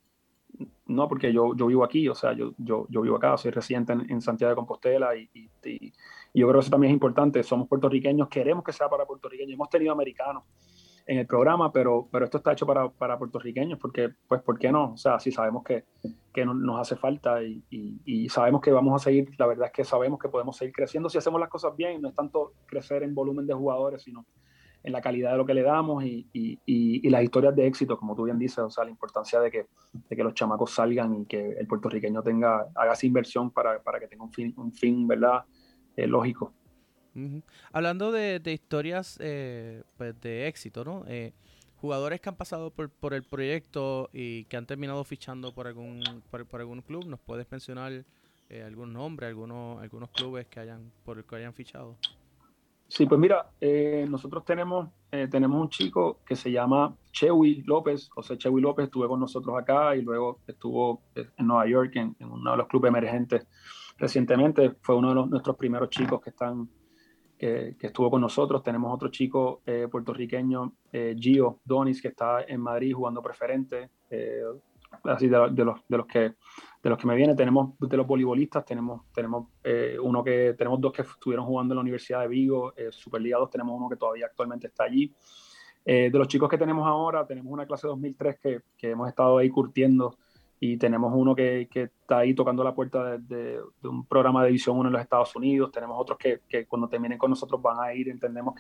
no, porque yo, yo vivo aquí, o sea, yo, yo, yo vivo acá, soy residente en, en Santiago de Compostela y, y, y, yo creo que eso también es importante, somos puertorriqueños, queremos que sea para puertorriqueños, hemos tenido americanos en el programa, pero, pero esto está hecho para, para puertorriqueños, porque, pues, ¿por qué no? O sea, sí sabemos que, que no, nos hace falta y, y, y sabemos que vamos a seguir, la verdad es que sabemos que podemos seguir creciendo si hacemos las cosas bien, no es tanto crecer en volumen de jugadores, sino en la calidad de lo que le damos y, y, y, y las historias de éxito, como tú bien dices, o sea, la importancia de que, de que los chamacos salgan y que el puertorriqueño tenga, haga esa inversión para, para que tenga un fin, un fin ¿verdad? Eh, lógico. Uh-huh. Hablando de, de historias eh, pues de éxito, ¿no? Eh, jugadores que han pasado por, por el proyecto y que han terminado fichando por algún por, por algún club, ¿nos puedes mencionar eh, algún nombre, algunos algunos clubes que hayan por el que hayan fichado? Sí, pues mira, eh, nosotros tenemos, eh, tenemos un chico que se llama Chewy López. José Chewy López estuvo con nosotros acá y luego estuvo en Nueva York en, en uno de los clubes emergentes recientemente. Fue uno de los, nuestros primeros chicos que están que, que estuvo con nosotros. Tenemos otro chico eh, puertorriqueño, eh, Gio Donis, que está en Madrid jugando preferente. Eh, así de, de, los, de, los que, de los que me viene, tenemos de los voleibolistas, tenemos, tenemos, eh, uno que, tenemos dos que estuvieron jugando en la Universidad de Vigo, eh, Superliga dos, tenemos uno que todavía actualmente está allí. Eh, de los chicos que tenemos ahora, tenemos una clase dos mil tres que, que hemos estado ahí curtiendo y tenemos uno que, que está ahí tocando la puerta de, de, de un programa de División uno en los Estados Unidos, tenemos otros que, que cuando terminen con nosotros van a ir, entendemos que,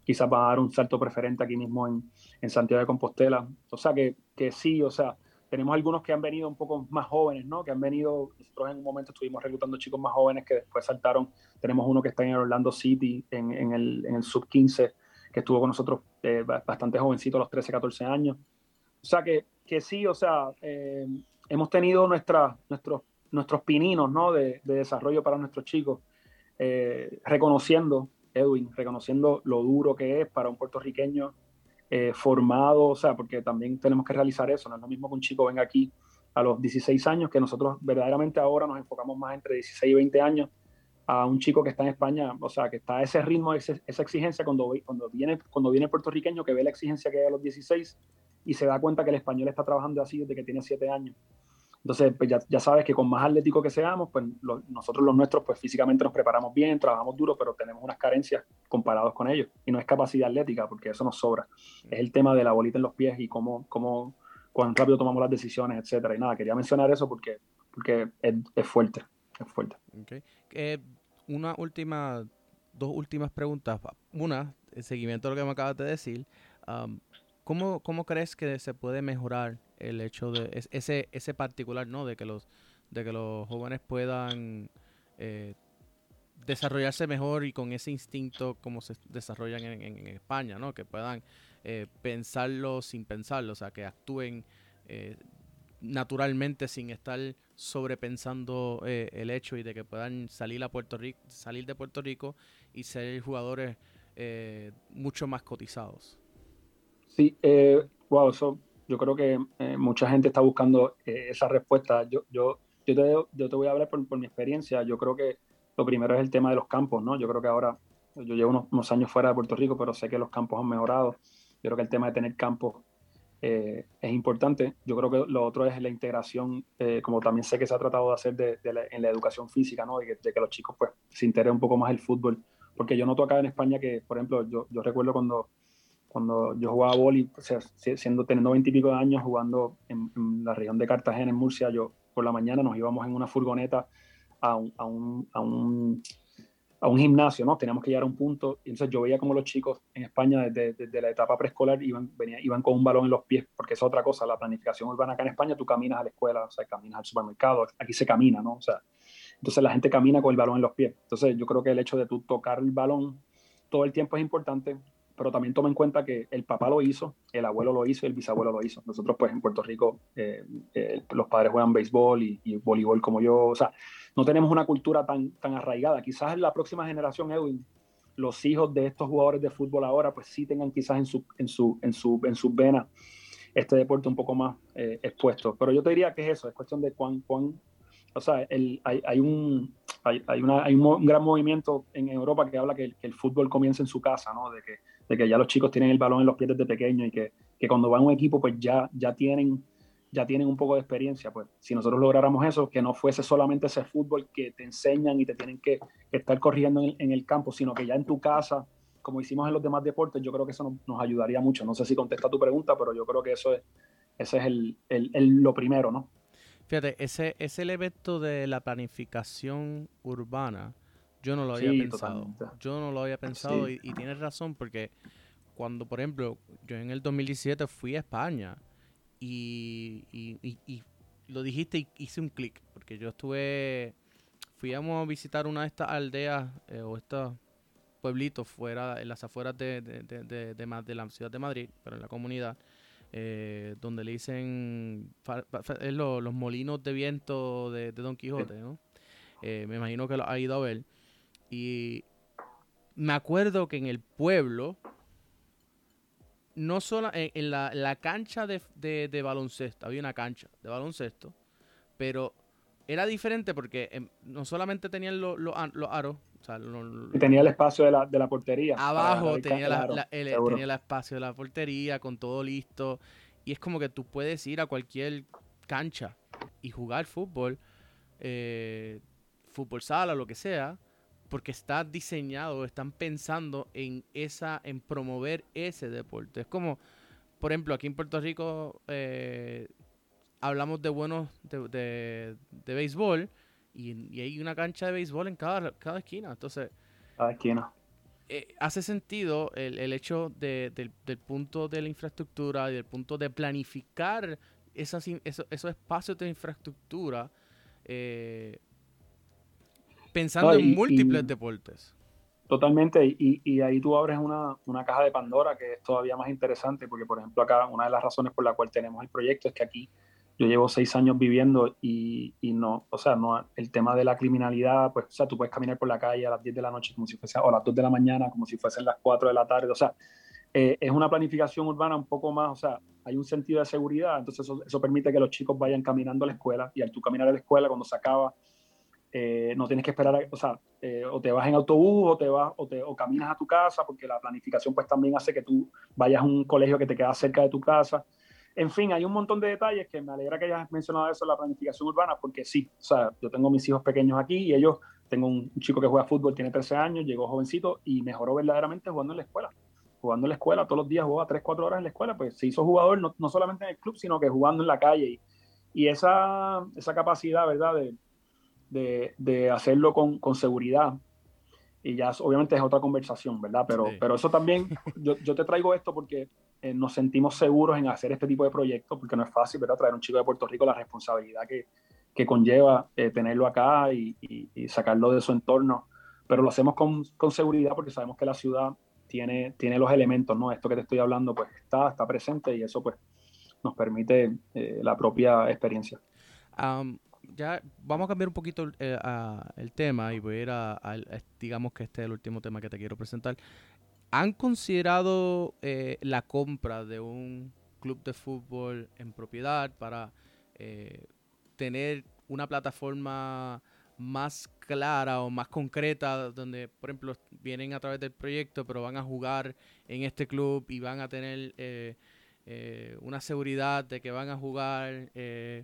quizás van a dar un salto preferente aquí mismo en, en Santiago de Compostela. O sea que, que sí, o sea, tenemos algunos que han venido un poco más jóvenes, ¿no? Que han venido, nosotros en un momento estuvimos reclutando chicos más jóvenes que después saltaron. Tenemos uno que está en Orlando City, en, en el, en el sub quince, que estuvo con nosotros eh, bastante jovencito, a los trece, catorce años. O sea que, que sí, o sea, eh, hemos tenido nuestra, nuestros, nuestros pininos, ¿no? De, de desarrollo para nuestros chicos, eh, reconociendo, Edwin, reconociendo lo duro que es para un puertorriqueño eh, formado, o sea, porque también tenemos que realizar eso, no es lo mismo que un chico venga aquí a los dieciséis años, que nosotros verdaderamente ahora nos enfocamos más entre dieciséis y veinte años, a un chico que está en España, o sea, que está a ese ritmo, ese, esa exigencia, cuando, cuando, viene, cuando viene el puertorriqueño, que ve la exigencia que hay a los dieciséis y se da cuenta que el español está trabajando así desde que tiene siete años. Entonces, pues ya, ya sabes que con más atlético que seamos, pues lo, nosotros los nuestros, pues físicamente nos preparamos bien, trabajamos duro, pero tenemos unas carencias comparados con ellos. Y no es capacidad atlética, porque eso nos sobra. Es el tema de la bolita en los pies y cómo, cómo cuán rápido tomamos las decisiones, etcétera. Y nada, quería mencionar eso porque, porque es, es fuerte, es fuerte. Okay. Eh, una última, dos últimas preguntas. Una, en seguimiento a lo que me acabas de decir. Um, ¿cómo, ¿Cómo crees que se puede mejorar el hecho de es, ese ese particular, ¿no? De que los de que los jóvenes puedan eh, desarrollarse mejor y con ese instinto como se desarrollan en, en, en España, ¿no? Que puedan eh, pensarlo sin pensarlo, o sea, que actúen eh, naturalmente sin estar sobrepensando eh, el hecho y de que puedan salir a Puerto Rico, salir de Puerto Rico y ser jugadores eh, mucho más cotizados. Sí, eh, wow, eso yo creo que eh, mucha gente está buscando eh, esa respuesta. Yo, yo, yo, te, yo te voy a hablar por, por mi experiencia. Yo creo que lo primero es el tema de los campos, ¿no? Yo creo que ahora, yo llevo unos, unos años fuera de Puerto Rico, pero sé que los campos han mejorado. Yo creo que el tema de tener campos eh, es importante. Yo creo que lo otro es la integración, eh, como también sé que se ha tratado de hacer de, de la, en la educación física, ¿no? De que, de que los chicos pues se integren un poco más el fútbol. Porque yo noto acá en España que, por ejemplo, yo, yo recuerdo cuando cuando yo jugaba vóley, o sea, siendo, teniendo veintipico de años, jugando en, en, la región de Cartagena, en Murcia, yo por la mañana nos íbamos en una furgoneta a un, a un, a un, a un gimnasio, ¿no? Teníamos que llegar a un punto, y entonces yo veía como los chicos en España, desde, desde la etapa preescolar, iban, venía, iban con un balón en los pies, porque es otra cosa, la planificación urbana acá en España, tú caminas a la escuela, o sea, caminas al supermercado, aquí se camina, ¿no? O sea, entonces la gente camina con el balón en los pies. Entonces yo creo que el hecho de tú tocar el balón todo el tiempo es importante, pero también toma en cuenta que el papá lo hizo, el abuelo lo hizo y el bisabuelo lo hizo. Nosotros, pues, en Puerto Rico, eh, eh, los padres juegan béisbol y, y voleibol como yo. O sea, no tenemos una cultura tan, tan arraigada. Quizás en la próxima generación, Edwin, los hijos de estos jugadores de fútbol ahora, pues sí tengan quizás en su, en su, en su, en sus venas este deporte un poco más eh, expuesto. Pero yo te diría que es eso, es cuestión de cuán, cuán o sea, el, hay, hay, un, hay, hay, una, hay un, un gran movimiento en Europa que habla que el, que el fútbol comienza en su casa, ¿no? De que, de que ya los chicos tienen el balón en los pies desde pequeños y que, que cuando van a un equipo pues ya, ya, tienen, ya tienen un poco de experiencia. Pues si nosotros lográramos eso, que no fuese solamente ese fútbol que te enseñan y te tienen que, que estar corrigiendo en, en el campo, sino que ya en tu casa, como hicimos en los demás deportes, yo creo que eso nos, nos ayudaría mucho. No sé si contesta tu pregunta, pero yo creo que eso es, ese es el, el, el, lo primero, ¿no? Fíjate, ese, ese elemento de la planificación urbana, yo no lo había Sí, pensado. totalmente. Yo no lo había pensado Sí. y, y tienes razón porque cuando, por ejemplo, yo en el dos mil diecisiete fui a España y, y, y, y lo dijiste y hice un clic porque yo estuve, fuimos a visitar una de estas aldeas eh, o estos pueblitos fuera, en las afueras de, de, de, de, de, de la ciudad de Madrid, pero en la comunidad. Eh, donde le dicen fa, fa, fa, lo, los molinos de viento de, de Don Quijote, ¿no? Eh, me imagino que lo ha ido a ver. Y me acuerdo que en el pueblo, no solo en, en la, la cancha de, de, de baloncesto, había una cancha de baloncesto, pero era diferente porque eh, no solamente tenían los lo, lo aros, o sea, lo, lo, y tenía el espacio de la, de la portería. Abajo el, tenía, el la, aro, la, el, tenía el espacio de la portería con todo listo. Y es como que tú puedes ir a cualquier cancha y jugar fútbol, eh, fútbol sala, lo que sea, porque está diseñado, están pensando en esa, en promover ese deporte. Es como, por ejemplo, aquí en Puerto Rico eh, hablamos de buenos de, de, de béisbol y, y hay una cancha de béisbol en cada, cada esquina. Entonces, cada esquina. eh, hace sentido el, el hecho de, del, del punto de la infraestructura y del punto de planificar esas, esos, esos espacios de infraestructura eh, pensando No, en y, múltiples y deportes. totalmente, y, y ahí tú abres una, una caja de Pandora que es todavía más interesante, porque por ejemplo acá una de las razones por la cual tenemos el proyecto es que aquí yo llevo seis años viviendo y, y no, o sea, no, el tema de la criminalidad, pues, o sea, tú puedes caminar por la calle a las diez de la noche como si fuese, o a las dos de la mañana como si fuesen las cuatro de la tarde, o sea, eh, es una planificación urbana un poco más, o sea, hay un sentido de seguridad, entonces eso, eso permite que los chicos vayan caminando a la escuela y al tú caminar a la escuela cuando se acaba, eh, no tienes que esperar, a, o sea, eh, o te vas en autobús o te vas o, te, o caminas a tu casa, porque la planificación pues también hace que tú vayas a un colegio que te queda cerca de tu casa. En fin, hay un montón de detalles que me alegra que hayas mencionado eso en la planificación urbana, porque sí, o sea, yo tengo mis hijos pequeños aquí y ellos, tengo un, un chico que juega fútbol, tiene trece años, llegó jovencito y mejoró verdaderamente jugando en la escuela. Jugando en la escuela, todos los días jugaba tres, cuatro horas en la escuela, pues se hizo jugador no, no solamente en el club, sino que jugando en la calle. Y, y esa, esa capacidad, ¿verdad?, de, de, de hacerlo con, con seguridad, y ya obviamente es otra conversación, ¿verdad? Pero, Sí. pero eso también, yo, yo te traigo esto porque eh, nos sentimos seguros en hacer este tipo de proyectos, porque no es fácil, ¿verdad? Traer a un chico de Puerto Rico, la responsabilidad que, que conlleva eh, tenerlo acá y, y, y sacarlo de su entorno, pero lo hacemos con, con seguridad porque sabemos que la ciudad tiene, tiene los elementos, ¿no? Esto que te estoy hablando, pues está, está presente y eso pues nos permite eh, la propia experiencia. Um, ya vamos a cambiar un poquito eh, a, el tema y voy a ir a, a, a, digamos que este es el último tema que te quiero presentar. ¿Han considerado eh, la compra de un club de fútbol en propiedad para eh, tener una plataforma más clara o más concreta donde, por ejemplo, vienen a través del proyecto pero van a jugar en este club y van a tener eh, eh, una seguridad de que van a jugar eh,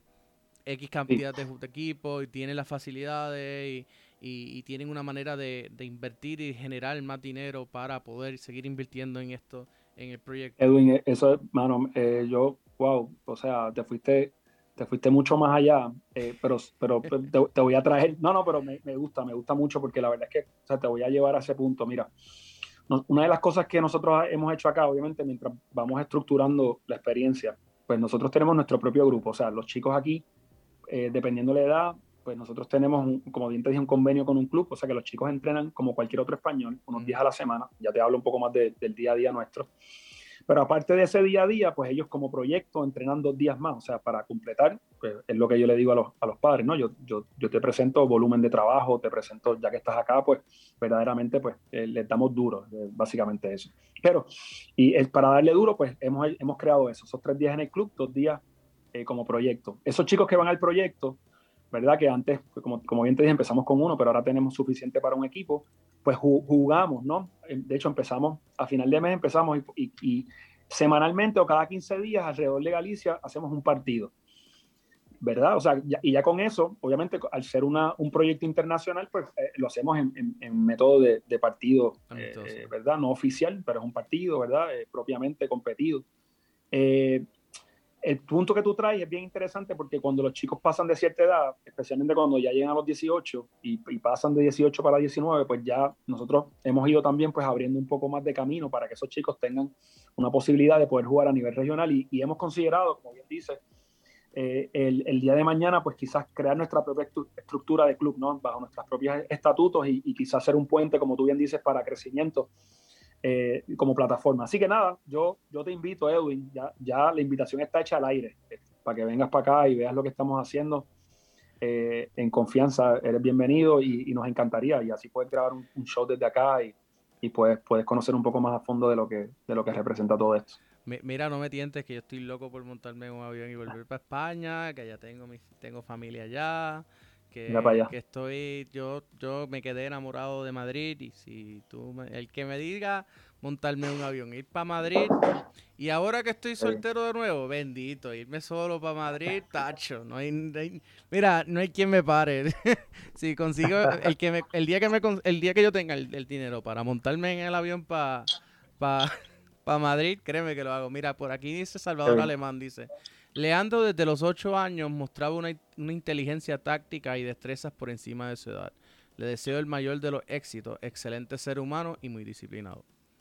X cantidad sí. de, de equipos y tienen las facilidades y, y, y tienen una manera de, de invertir y generar más dinero para poder seguir invirtiendo en esto, en el proyecto? Edwin, eso, mano, eh, yo, wow, o sea, te fuiste, te fuiste mucho más allá, eh, pero, pero te, te voy a traer, no, no, pero me, me gusta, me gusta mucho porque la verdad es que, o sea, te voy a llevar a ese punto. Mira, no, una de las cosas que nosotros hemos hecho acá, obviamente, mientras vamos estructurando la experiencia, pues nosotros tenemos nuestro propio grupo, o sea, los chicos aquí, eh, dependiendo de la edad, pues nosotros tenemos, un, como bien te dije, un convenio con un club, o sea que los chicos entrenan como cualquier otro español, unos días a la semana, ya te hablo un poco más de, del día a día nuestro. Pero aparte de ese día a día, pues ellos como proyecto entrenan dos días más, o sea, para completar, pues es lo que yo le digo a los, a los padres, ¿no? Yo, yo, yo te presento volumen de trabajo, te presento, ya que estás acá, pues verdaderamente, pues eh, les damos duro, eh, básicamente eso. Pero, y es, para darle duro, pues hemos, hemos creado eso, esos tres días en el club, dos días eh, como proyecto. Esos chicos que van al proyecto, ¿verdad? Que antes, pues, como, como bien te dije, empezamos con uno, pero ahora tenemos suficiente para un equipo, pues jugamos, ¿no? De hecho, empezamos, a final de mes empezamos y, y, y semanalmente o cada quince días alrededor de Galicia hacemos un partido, ¿verdad? O sea, ya, y ya con eso, obviamente, al ser una, un proyecto internacional, pues eh, lo hacemos en, en, en método de, de partido, eh, ¿verdad? No oficial, pero es un partido, ¿verdad? Eh, propiamente competido. Eh, el punto que tú traes es bien interesante porque cuando los chicos pasan de cierta edad, especialmente cuando ya llegan a los dieciocho y, y pasan de dieciocho para diecinueve, pues ya nosotros hemos ido también pues abriendo un poco más de camino para que esos chicos tengan una posibilidad de poder jugar a nivel regional y, y hemos considerado, como bien dice, eh, el, el día de mañana pues quizás crear nuestra propia estructura de club, ¿no? Bajo nuestros propios estatutos y, y quizás ser un puente, como tú bien dices, para crecimiento. Eh, como plataforma. Así que nada, yo, yo te invito, Edwin, ya, ya la invitación está hecha al aire, eh, para que vengas para acá y veas lo que estamos haciendo eh, en confianza, eres bienvenido y, y nos encantaría, y así puedes grabar un, un show desde acá y, y puedes, puedes conocer un poco más a fondo de lo que, de lo que representa todo esto. Mira, no me tientes que yo estoy loco por montarme en un avión y volver para España, que ya tengo, mi, tengo familia allá. Que, que estoy, yo, yo me quedé enamorado de Madrid y si tú, me, el que me diga montarme un avión, ir para Madrid y ahora que estoy soltero de nuevo, bendito, irme solo para Madrid, tacho, no hay, no hay, mira, no hay quien me pare. Si consigo, el que me, el día que me, el día que yo tenga el, el dinero para montarme en el avión para pa, pa Madrid, créeme que lo hago. Mira, por aquí dice Salvador Alemán, dice: Leandro desde los ocho años mostraba una, una inteligencia táctica y destrezas por encima de su edad. Le deseo el mayor de los éxitos, excelente ser humano y muy disciplinado.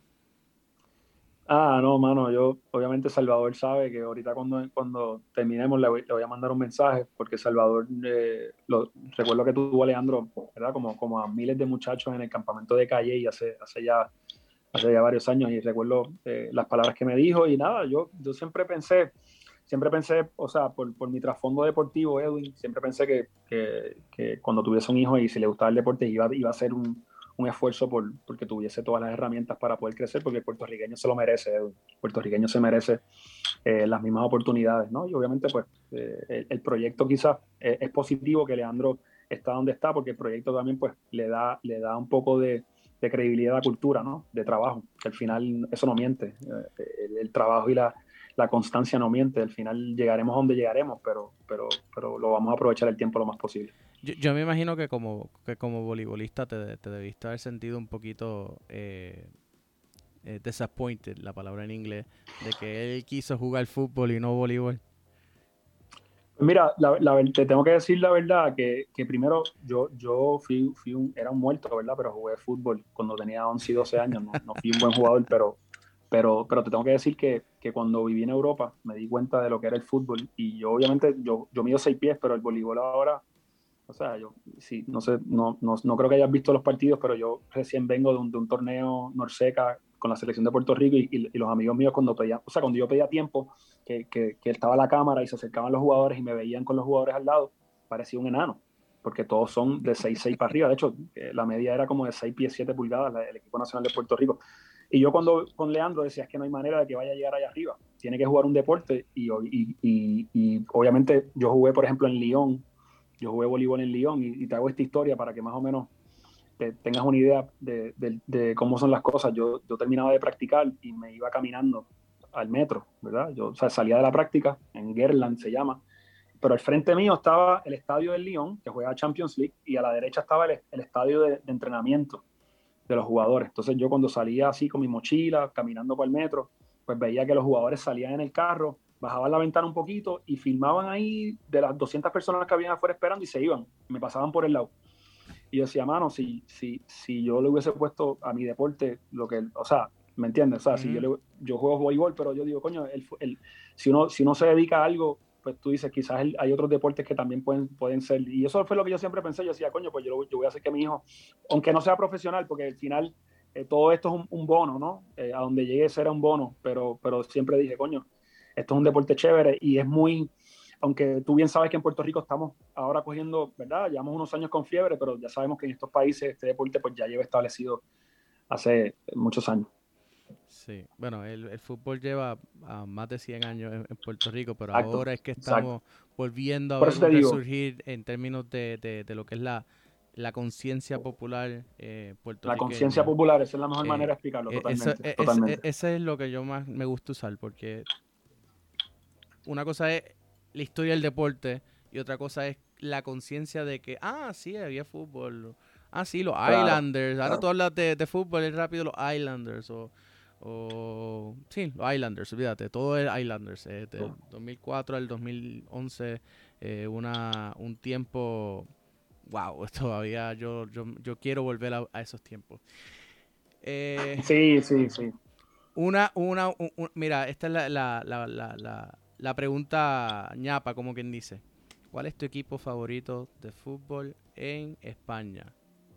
Ah, no, mano, yo, obviamente Salvador sabe que ahorita cuando, cuando terminemos le voy, le voy a mandar un mensaje, porque Salvador, eh, lo, recuerdo que tuvo a Leandro, ¿verdad? Como, como a miles de muchachos en el campamento de Calle y hace, hace, ya, hace ya varios años, y recuerdo eh, las palabras que me dijo, y nada, yo, yo siempre pensé, siempre pensé, o sea, por, por mi trasfondo deportivo, Edwin, siempre pensé que, que, que cuando tuviese un hijo y si le gustaba el deporte iba, iba a ser un un esfuerzo por porque tuviese todas las herramientas para poder crecer, porque el puertorriqueño se lo merece, el puertorriqueño se merece eh, las mismas oportunidades, ¿no? Y obviamente, pues, eh, el, el proyecto quizás eh, es positivo que Leandro está donde está, porque el proyecto también, pues, le da, le da un poco de, de credibilidad a la cultura, ¿no? De trabajo, que al final eso no miente, eh, el, el trabajo y la, la constancia no miente, al final llegaremos donde llegaremos, pero, pero, pero lo vamos a aprovechar el tiempo lo más posible. Yo, yo me imagino que como, que como voleibolista te, te debiste haber sentido un poquito eh, eh, disappointed, la palabra en inglés, de que él quiso jugar fútbol y no voleibol. Mira, la, la, te tengo que decir la verdad que, que primero yo, yo fui, fui un, era un muerto, ¿verdad? Pero jugué fútbol cuando tenía once y doce años, no, no fui un buen jugador, pero, pero, pero te tengo que decir que, que cuando viví en Europa me di cuenta de lo que era el fútbol y yo obviamente, yo, yo mido seis pies, pero el voleibol ahora, o sea, yo sí, no sé, no, no, no creo que hayas visto los partidos, pero yo recién vengo de un, de un torneo Norseca con la selección de Puerto Rico y, y, y los amigos míos cuando pedían, o sea, cuando yo pedía tiempo, que, que, que estaba la cámara y se acercaban los jugadores y me veían con los jugadores al lado, parecía un enano, porque todos son de seis seis para arriba. De hecho, eh, la media era como de seis pies siete pulgadas, la, el equipo nacional de Puerto Rico. Y yo cuando con Leandro decía, es que no hay manera de que vaya a llegar allá arriba, tiene que jugar un deporte y, y, y, y obviamente yo jugué, por ejemplo, en Lyon, yo jugué voleibol en Lyon y, y te hago esta historia para que más o menos te, tengas una idea de, de, de cómo son las cosas. Yo, yo terminaba de practicar y me iba caminando al metro, ¿verdad? Yo, o sea, salía de la práctica, en Gerland se llama, pero al frente mío estaba el estadio del Lyon, que juega Champions League, y a la derecha estaba el, el estadio de, de entrenamiento de los jugadores. Entonces yo cuando salía así con mi mochila, caminando por el metro, pues veía que los jugadores salían en el carro, bajaban la ventana un poquito y filmaban ahí de las doscientas personas que habían afuera esperando y se iban, me pasaban por el lado. Y yo decía, mano, si, si, si yo le hubiese puesto a mi deporte lo que, o sea, ¿me entiendes? O sea, uh-huh. si yo, le, yo juego voleibol, pero yo digo, coño, el, el, si, uno, si uno se dedica a algo, pues tú dices, quizás el, hay otros deportes que también pueden, pueden ser. Y eso fue lo que yo siempre pensé. Yo decía, coño, pues yo, yo voy a hacer que mi hijo, aunque no sea profesional, porque al final eh, todo esto es un, un bono, ¿no? Eh, a donde llegue será un bono, pero, pero siempre dije, coño, esto es un deporte chévere y es muy, aunque tú bien sabes que en Puerto Rico estamos ahora cogiendo, ¿verdad? Llevamos unos años con fiebre, pero ya sabemos que en estos países este deporte pues ya lleva establecido hace muchos años. Sí, bueno, el, el fútbol lleva uh, más de cien años en, en Puerto Rico, pero exacto, ahora es que estamos exacto. volviendo a Por ver eso un te resurgir digo, en términos de, de, de lo que es la, la conciencia popular eh, puertorriqueña. La conciencia popular, esa es la mejor eh, manera de explicarlo, eh, totalmente. Eso, totalmente. Ese, ese es lo que yo más me gusta usar, porque una cosa es la historia del deporte y otra cosa es la conciencia de que, ah, sí, había fútbol. Ah, sí, los claro, Islanders. Ahora claro. tú hablas de, de fútbol, es rápido los Islanders. O, o sí, los Islanders, olvídate. Todo es Islanders. Eh, del dos mil cuatro al dos mil once, eh, una, un tiempo... Wow, todavía yo, yo, yo quiero volver a, a esos tiempos. Eh, sí, sí, sí. Una, una, un, un, mira, esta es la, la, la, la, la, la pregunta ñapa, como quien dice. ¿Cuál es tu equipo favorito de fútbol en España?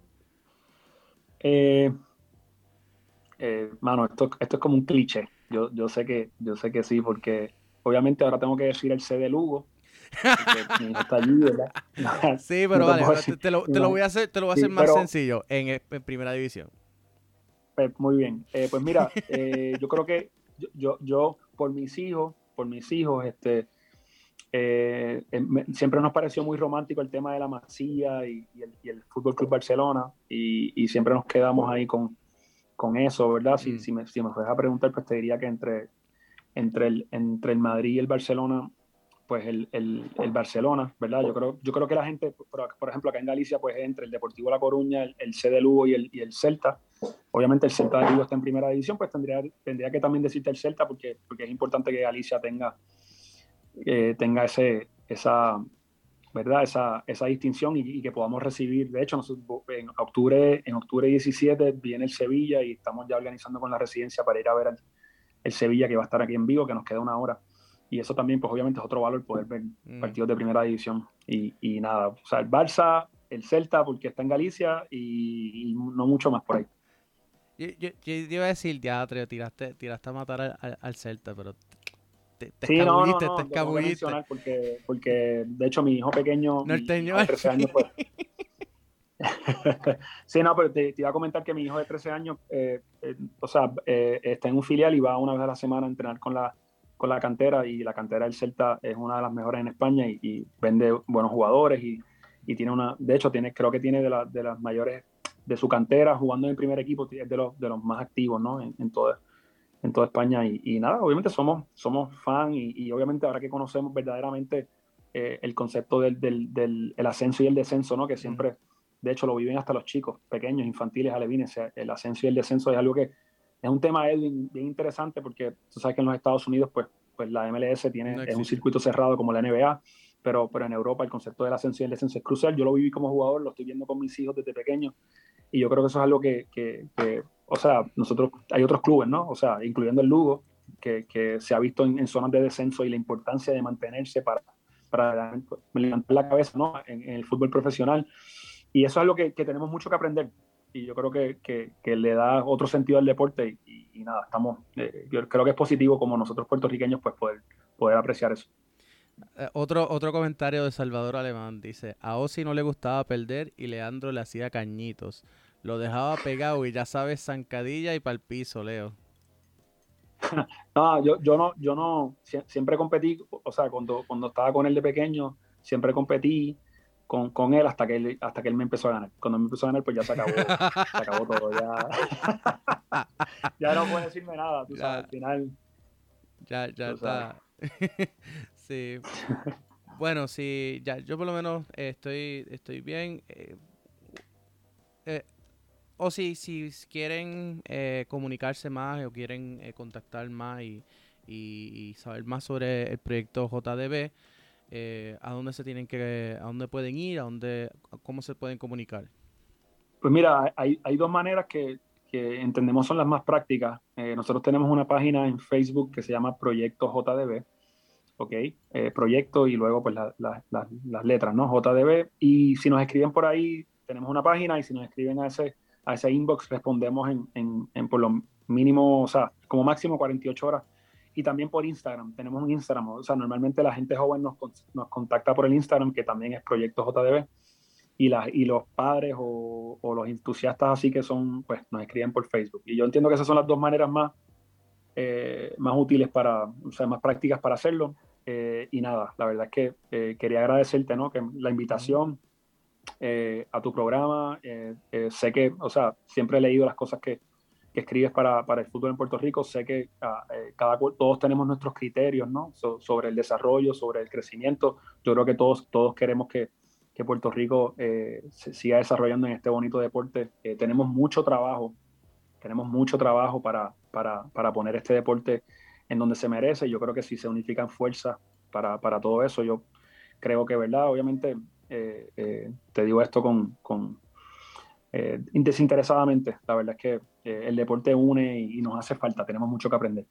Eh, eh, mano, esto, esto es como un cliché. Yo, yo sé que, yo sé que sí, porque obviamente ahora tengo que decir el C de Lugo. Porque mi hijo está allí, ¿verdad? Sí, pero no vale, te, te, lo, te lo voy a hacer, te lo voy a hacer sí, más pero, sencillo en, en primera división. Pues, muy bien. Eh, pues mira, eh, yo creo que yo, yo, yo, por mis hijos, por mis hijos, este, eh, me, siempre nos pareció muy romántico el tema de la Masía y, y, el, y el Fútbol Club Barcelona y, y siempre nos quedamos ahí con, con eso, ¿verdad? Si, mm. si, me, si me fueras a preguntar, pues te diría que entre, entre, el, entre el Madrid y el Barcelona, pues el, el, el Barcelona, ¿verdad? Yo creo, yo creo que la gente, por, por ejemplo, acá en Galicia, pues entre el Deportivo La Coruña, el, el C de Lugo y el, y el Celta. Obviamente el Celta de Lugo está en primera división, pues tendría, tendría que también decirte el Celta porque, porque es importante que Galicia tenga, eh, tenga ese, esa, ¿verdad? Esa, esa distinción y, y que podamos recibir. De hecho, nosotros, en octubre, en octubre diecisiete viene el Sevilla y estamos ya organizando con la residencia para ir a ver el, el Sevilla, que va a estar aquí en vivo, que nos queda una hora. Y eso también, pues obviamente es otro valor, poder ver mm. partidos de primera división. Y, y nada, o sea, el Barça, el Celta, porque está en Galicia y, y no mucho más por ahí. Yo, yo, yo iba a decir, ya, Treo, tiraste, tiraste a matar al, al, al Celta, pero te, te sí, escabulliste, no, no, no, te escabulliste. Porque, porque, de hecho, mi hijo pequeño, mi hijo de trece años, pues... sí, no, pero te, te iba a comentar que mi hijo de trece años, eh, eh, o sea, eh, está en un filial y va una vez a la semana a entrenar con la, con la cantera, y la cantera del Celta es una de las mejores en España y, y vende buenos jugadores y, y tiene una, de hecho, tiene, creo que tiene de, la, de las mayores de su cantera jugando en el primer equipo, es de los, de los más activos, ¿no? En, en, toda, en toda España y, y nada, obviamente somos, somos fan y, y obviamente ahora que conocemos verdaderamente eh, el concepto del, del, del el ascenso y el descenso, ¿no? Que siempre... Mm. De hecho, lo viven hasta los chicos pequeños, infantiles, alevines. O sea, el ascenso y el descenso es algo que es un tema, Edwin, bien interesante porque tú sabes que en los Estados Unidos, pues, pues la M L S tiene, no es un circuito cerrado como la N B A, pero, pero en Europa el concepto del ascenso y el descenso es crucial. Yo lo viví como jugador, lo estoy viendo con mis hijos desde pequeños y yo creo que eso es algo que, que, que o sea, nosotros, hay otros clubes, ¿no? O sea, incluyendo el Lugo, que, que se ha visto en, en zonas de descenso y la importancia de mantenerse para, para levantar la cabeza, ¿no? En, en el fútbol profesional. Y eso es algo que, que tenemos mucho que aprender y yo creo que, que, que le da otro sentido al deporte y, y, y nada, estamos, eh, yo creo que es positivo como nosotros puertorriqueños pues poder, poder apreciar eso. Eh, otro, otro comentario de Salvador Alemán dice, a Ozzy no le gustaba perder y Leandro le hacía cañitos, lo dejaba pegado y ya sabes, zancadilla y pa'l piso, Leo. No, yo, yo no, yo no, siempre competí, o sea, cuando, cuando estaba con él de pequeño, siempre competí con, con él hasta que él, hasta que él me empezó a ganar. Cuando me empezó a ganar, pues ya se acabó, se acabó todo, ya, ya no puedo decirme nada, tú ya, sabes, al final. Ya, ya está. Sí. Bueno, sí, ya, yo por lo menos eh, estoy, estoy bien. Eh, eh, o si, si quieren eh, comunicarse más o quieren eh, contactar más y, y, y saber más sobre el proyecto J D B, eh, ¿a dónde se tienen que, a dónde pueden ir, a dónde, cómo se pueden comunicar? Pues mira, hay, hay dos maneras que, que entendemos son las más prácticas. Eh, nosotros tenemos una página en Facebook que se llama Proyecto J D B, ¿ok? Eh, proyecto y luego pues la, la, la, las letras, ¿no? J D B. Y si nos escriben por ahí, tenemos una página y si nos escriben a ese, a ese inbox, respondemos en, en, en por lo mínimo, o sea, como máximo cuarenta y ocho horas. Y también por Instagram, tenemos un Instagram, o sea, normalmente la gente joven nos, nos contacta por el Instagram, que también es Proyecto J D B. Y, la, y los padres o, o los entusiastas así que son, pues nos escriben por Facebook. Y yo entiendo que esas son las dos maneras más, eh, más útiles para, o sea, más prácticas para hacerlo. Eh, y nada, la verdad es que eh, quería agradecerte, ¿no? Que la invitación eh, a tu programa. Eh, eh, sé que, o sea, siempre he leído las cosas que, que escribes para, para el fútbol en Puerto Rico. Sé que uh, eh, cada, todos tenemos nuestros criterios, ¿no? So, sobre el desarrollo, sobre el crecimiento. Yo creo que todos, todos queremos que que Puerto Rico eh, se siga desarrollando en este bonito deporte. Eh, tenemos mucho trabajo, tenemos mucho trabajo para, para, para poner este deporte en donde se merece. Yo creo que si se unifican fuerzas para, para todo eso, yo creo que, ¿verdad? Obviamente, eh, eh, te digo esto con, con eh, desinteresadamente. La verdad es que eh, el deporte une y, y nos hace falta, tenemos mucho que aprender.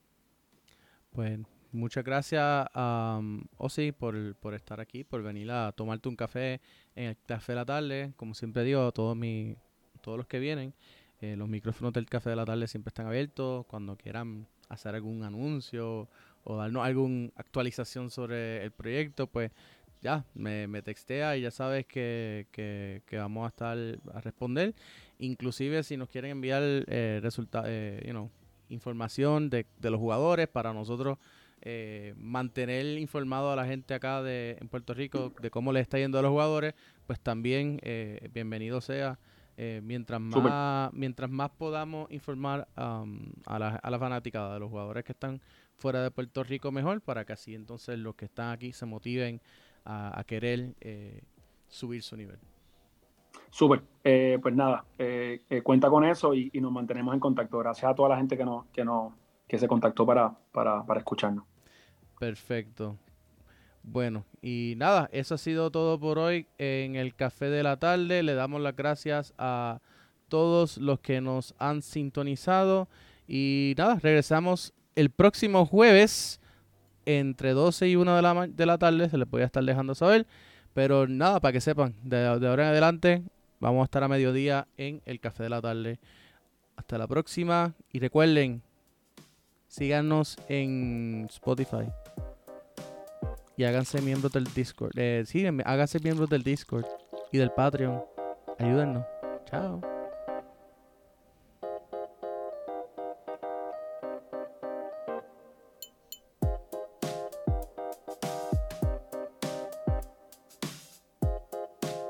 Pues muchas gracias, um, Ozzy, por, por estar aquí, por venir a tomarte un café en el Café de la Tarde. Como siempre digo, a todos, mi, todos los que vienen, eh, los micrófonos del Café de la Tarde siempre están abiertos. Cuando quieran hacer algún anuncio o darnos alguna actualización sobre el proyecto, pues ya, me, me textea y ya sabes que, que, que vamos a estar a responder. Inclusive si nos quieren enviar eh, resultados, eh, you know, información de, de los jugadores para nosotros eh, mantener informado a la gente acá de en Puerto Rico de cómo les está yendo a los jugadores, pues también eh, bienvenido sea. Eh, mientras más Super. mientras más podamos informar um, a, la, a la fanaticada de los jugadores que están fuera de Puerto Rico, mejor, para que así entonces los que están aquí se motiven a, a querer eh, subir su nivel. Súper, eh, pues nada, eh, eh, cuenta con eso y, y nos mantenemos en contacto. Gracias a toda la gente que, nos, que, nos, que se contactó para, para, para escucharnos. Perfecto. Bueno, y nada, eso ha sido todo por hoy en el Café de la Tarde. Le damos las gracias a todos los que nos han sintonizado. Y nada, regresamos el próximo jueves entre doce y una de la, ma- de la tarde. Se les voy a estar dejando saber. Pero nada, para que sepan, de, de ahora en adelante vamos a estar a mediodía en el Café de la Tarde. Hasta la próxima. Y recuerden, síganos en Spotify. Y háganse miembros del Discord. Eh, síguenme, háganse miembros del Discord y del Patreon. Ayúdennos. Chao.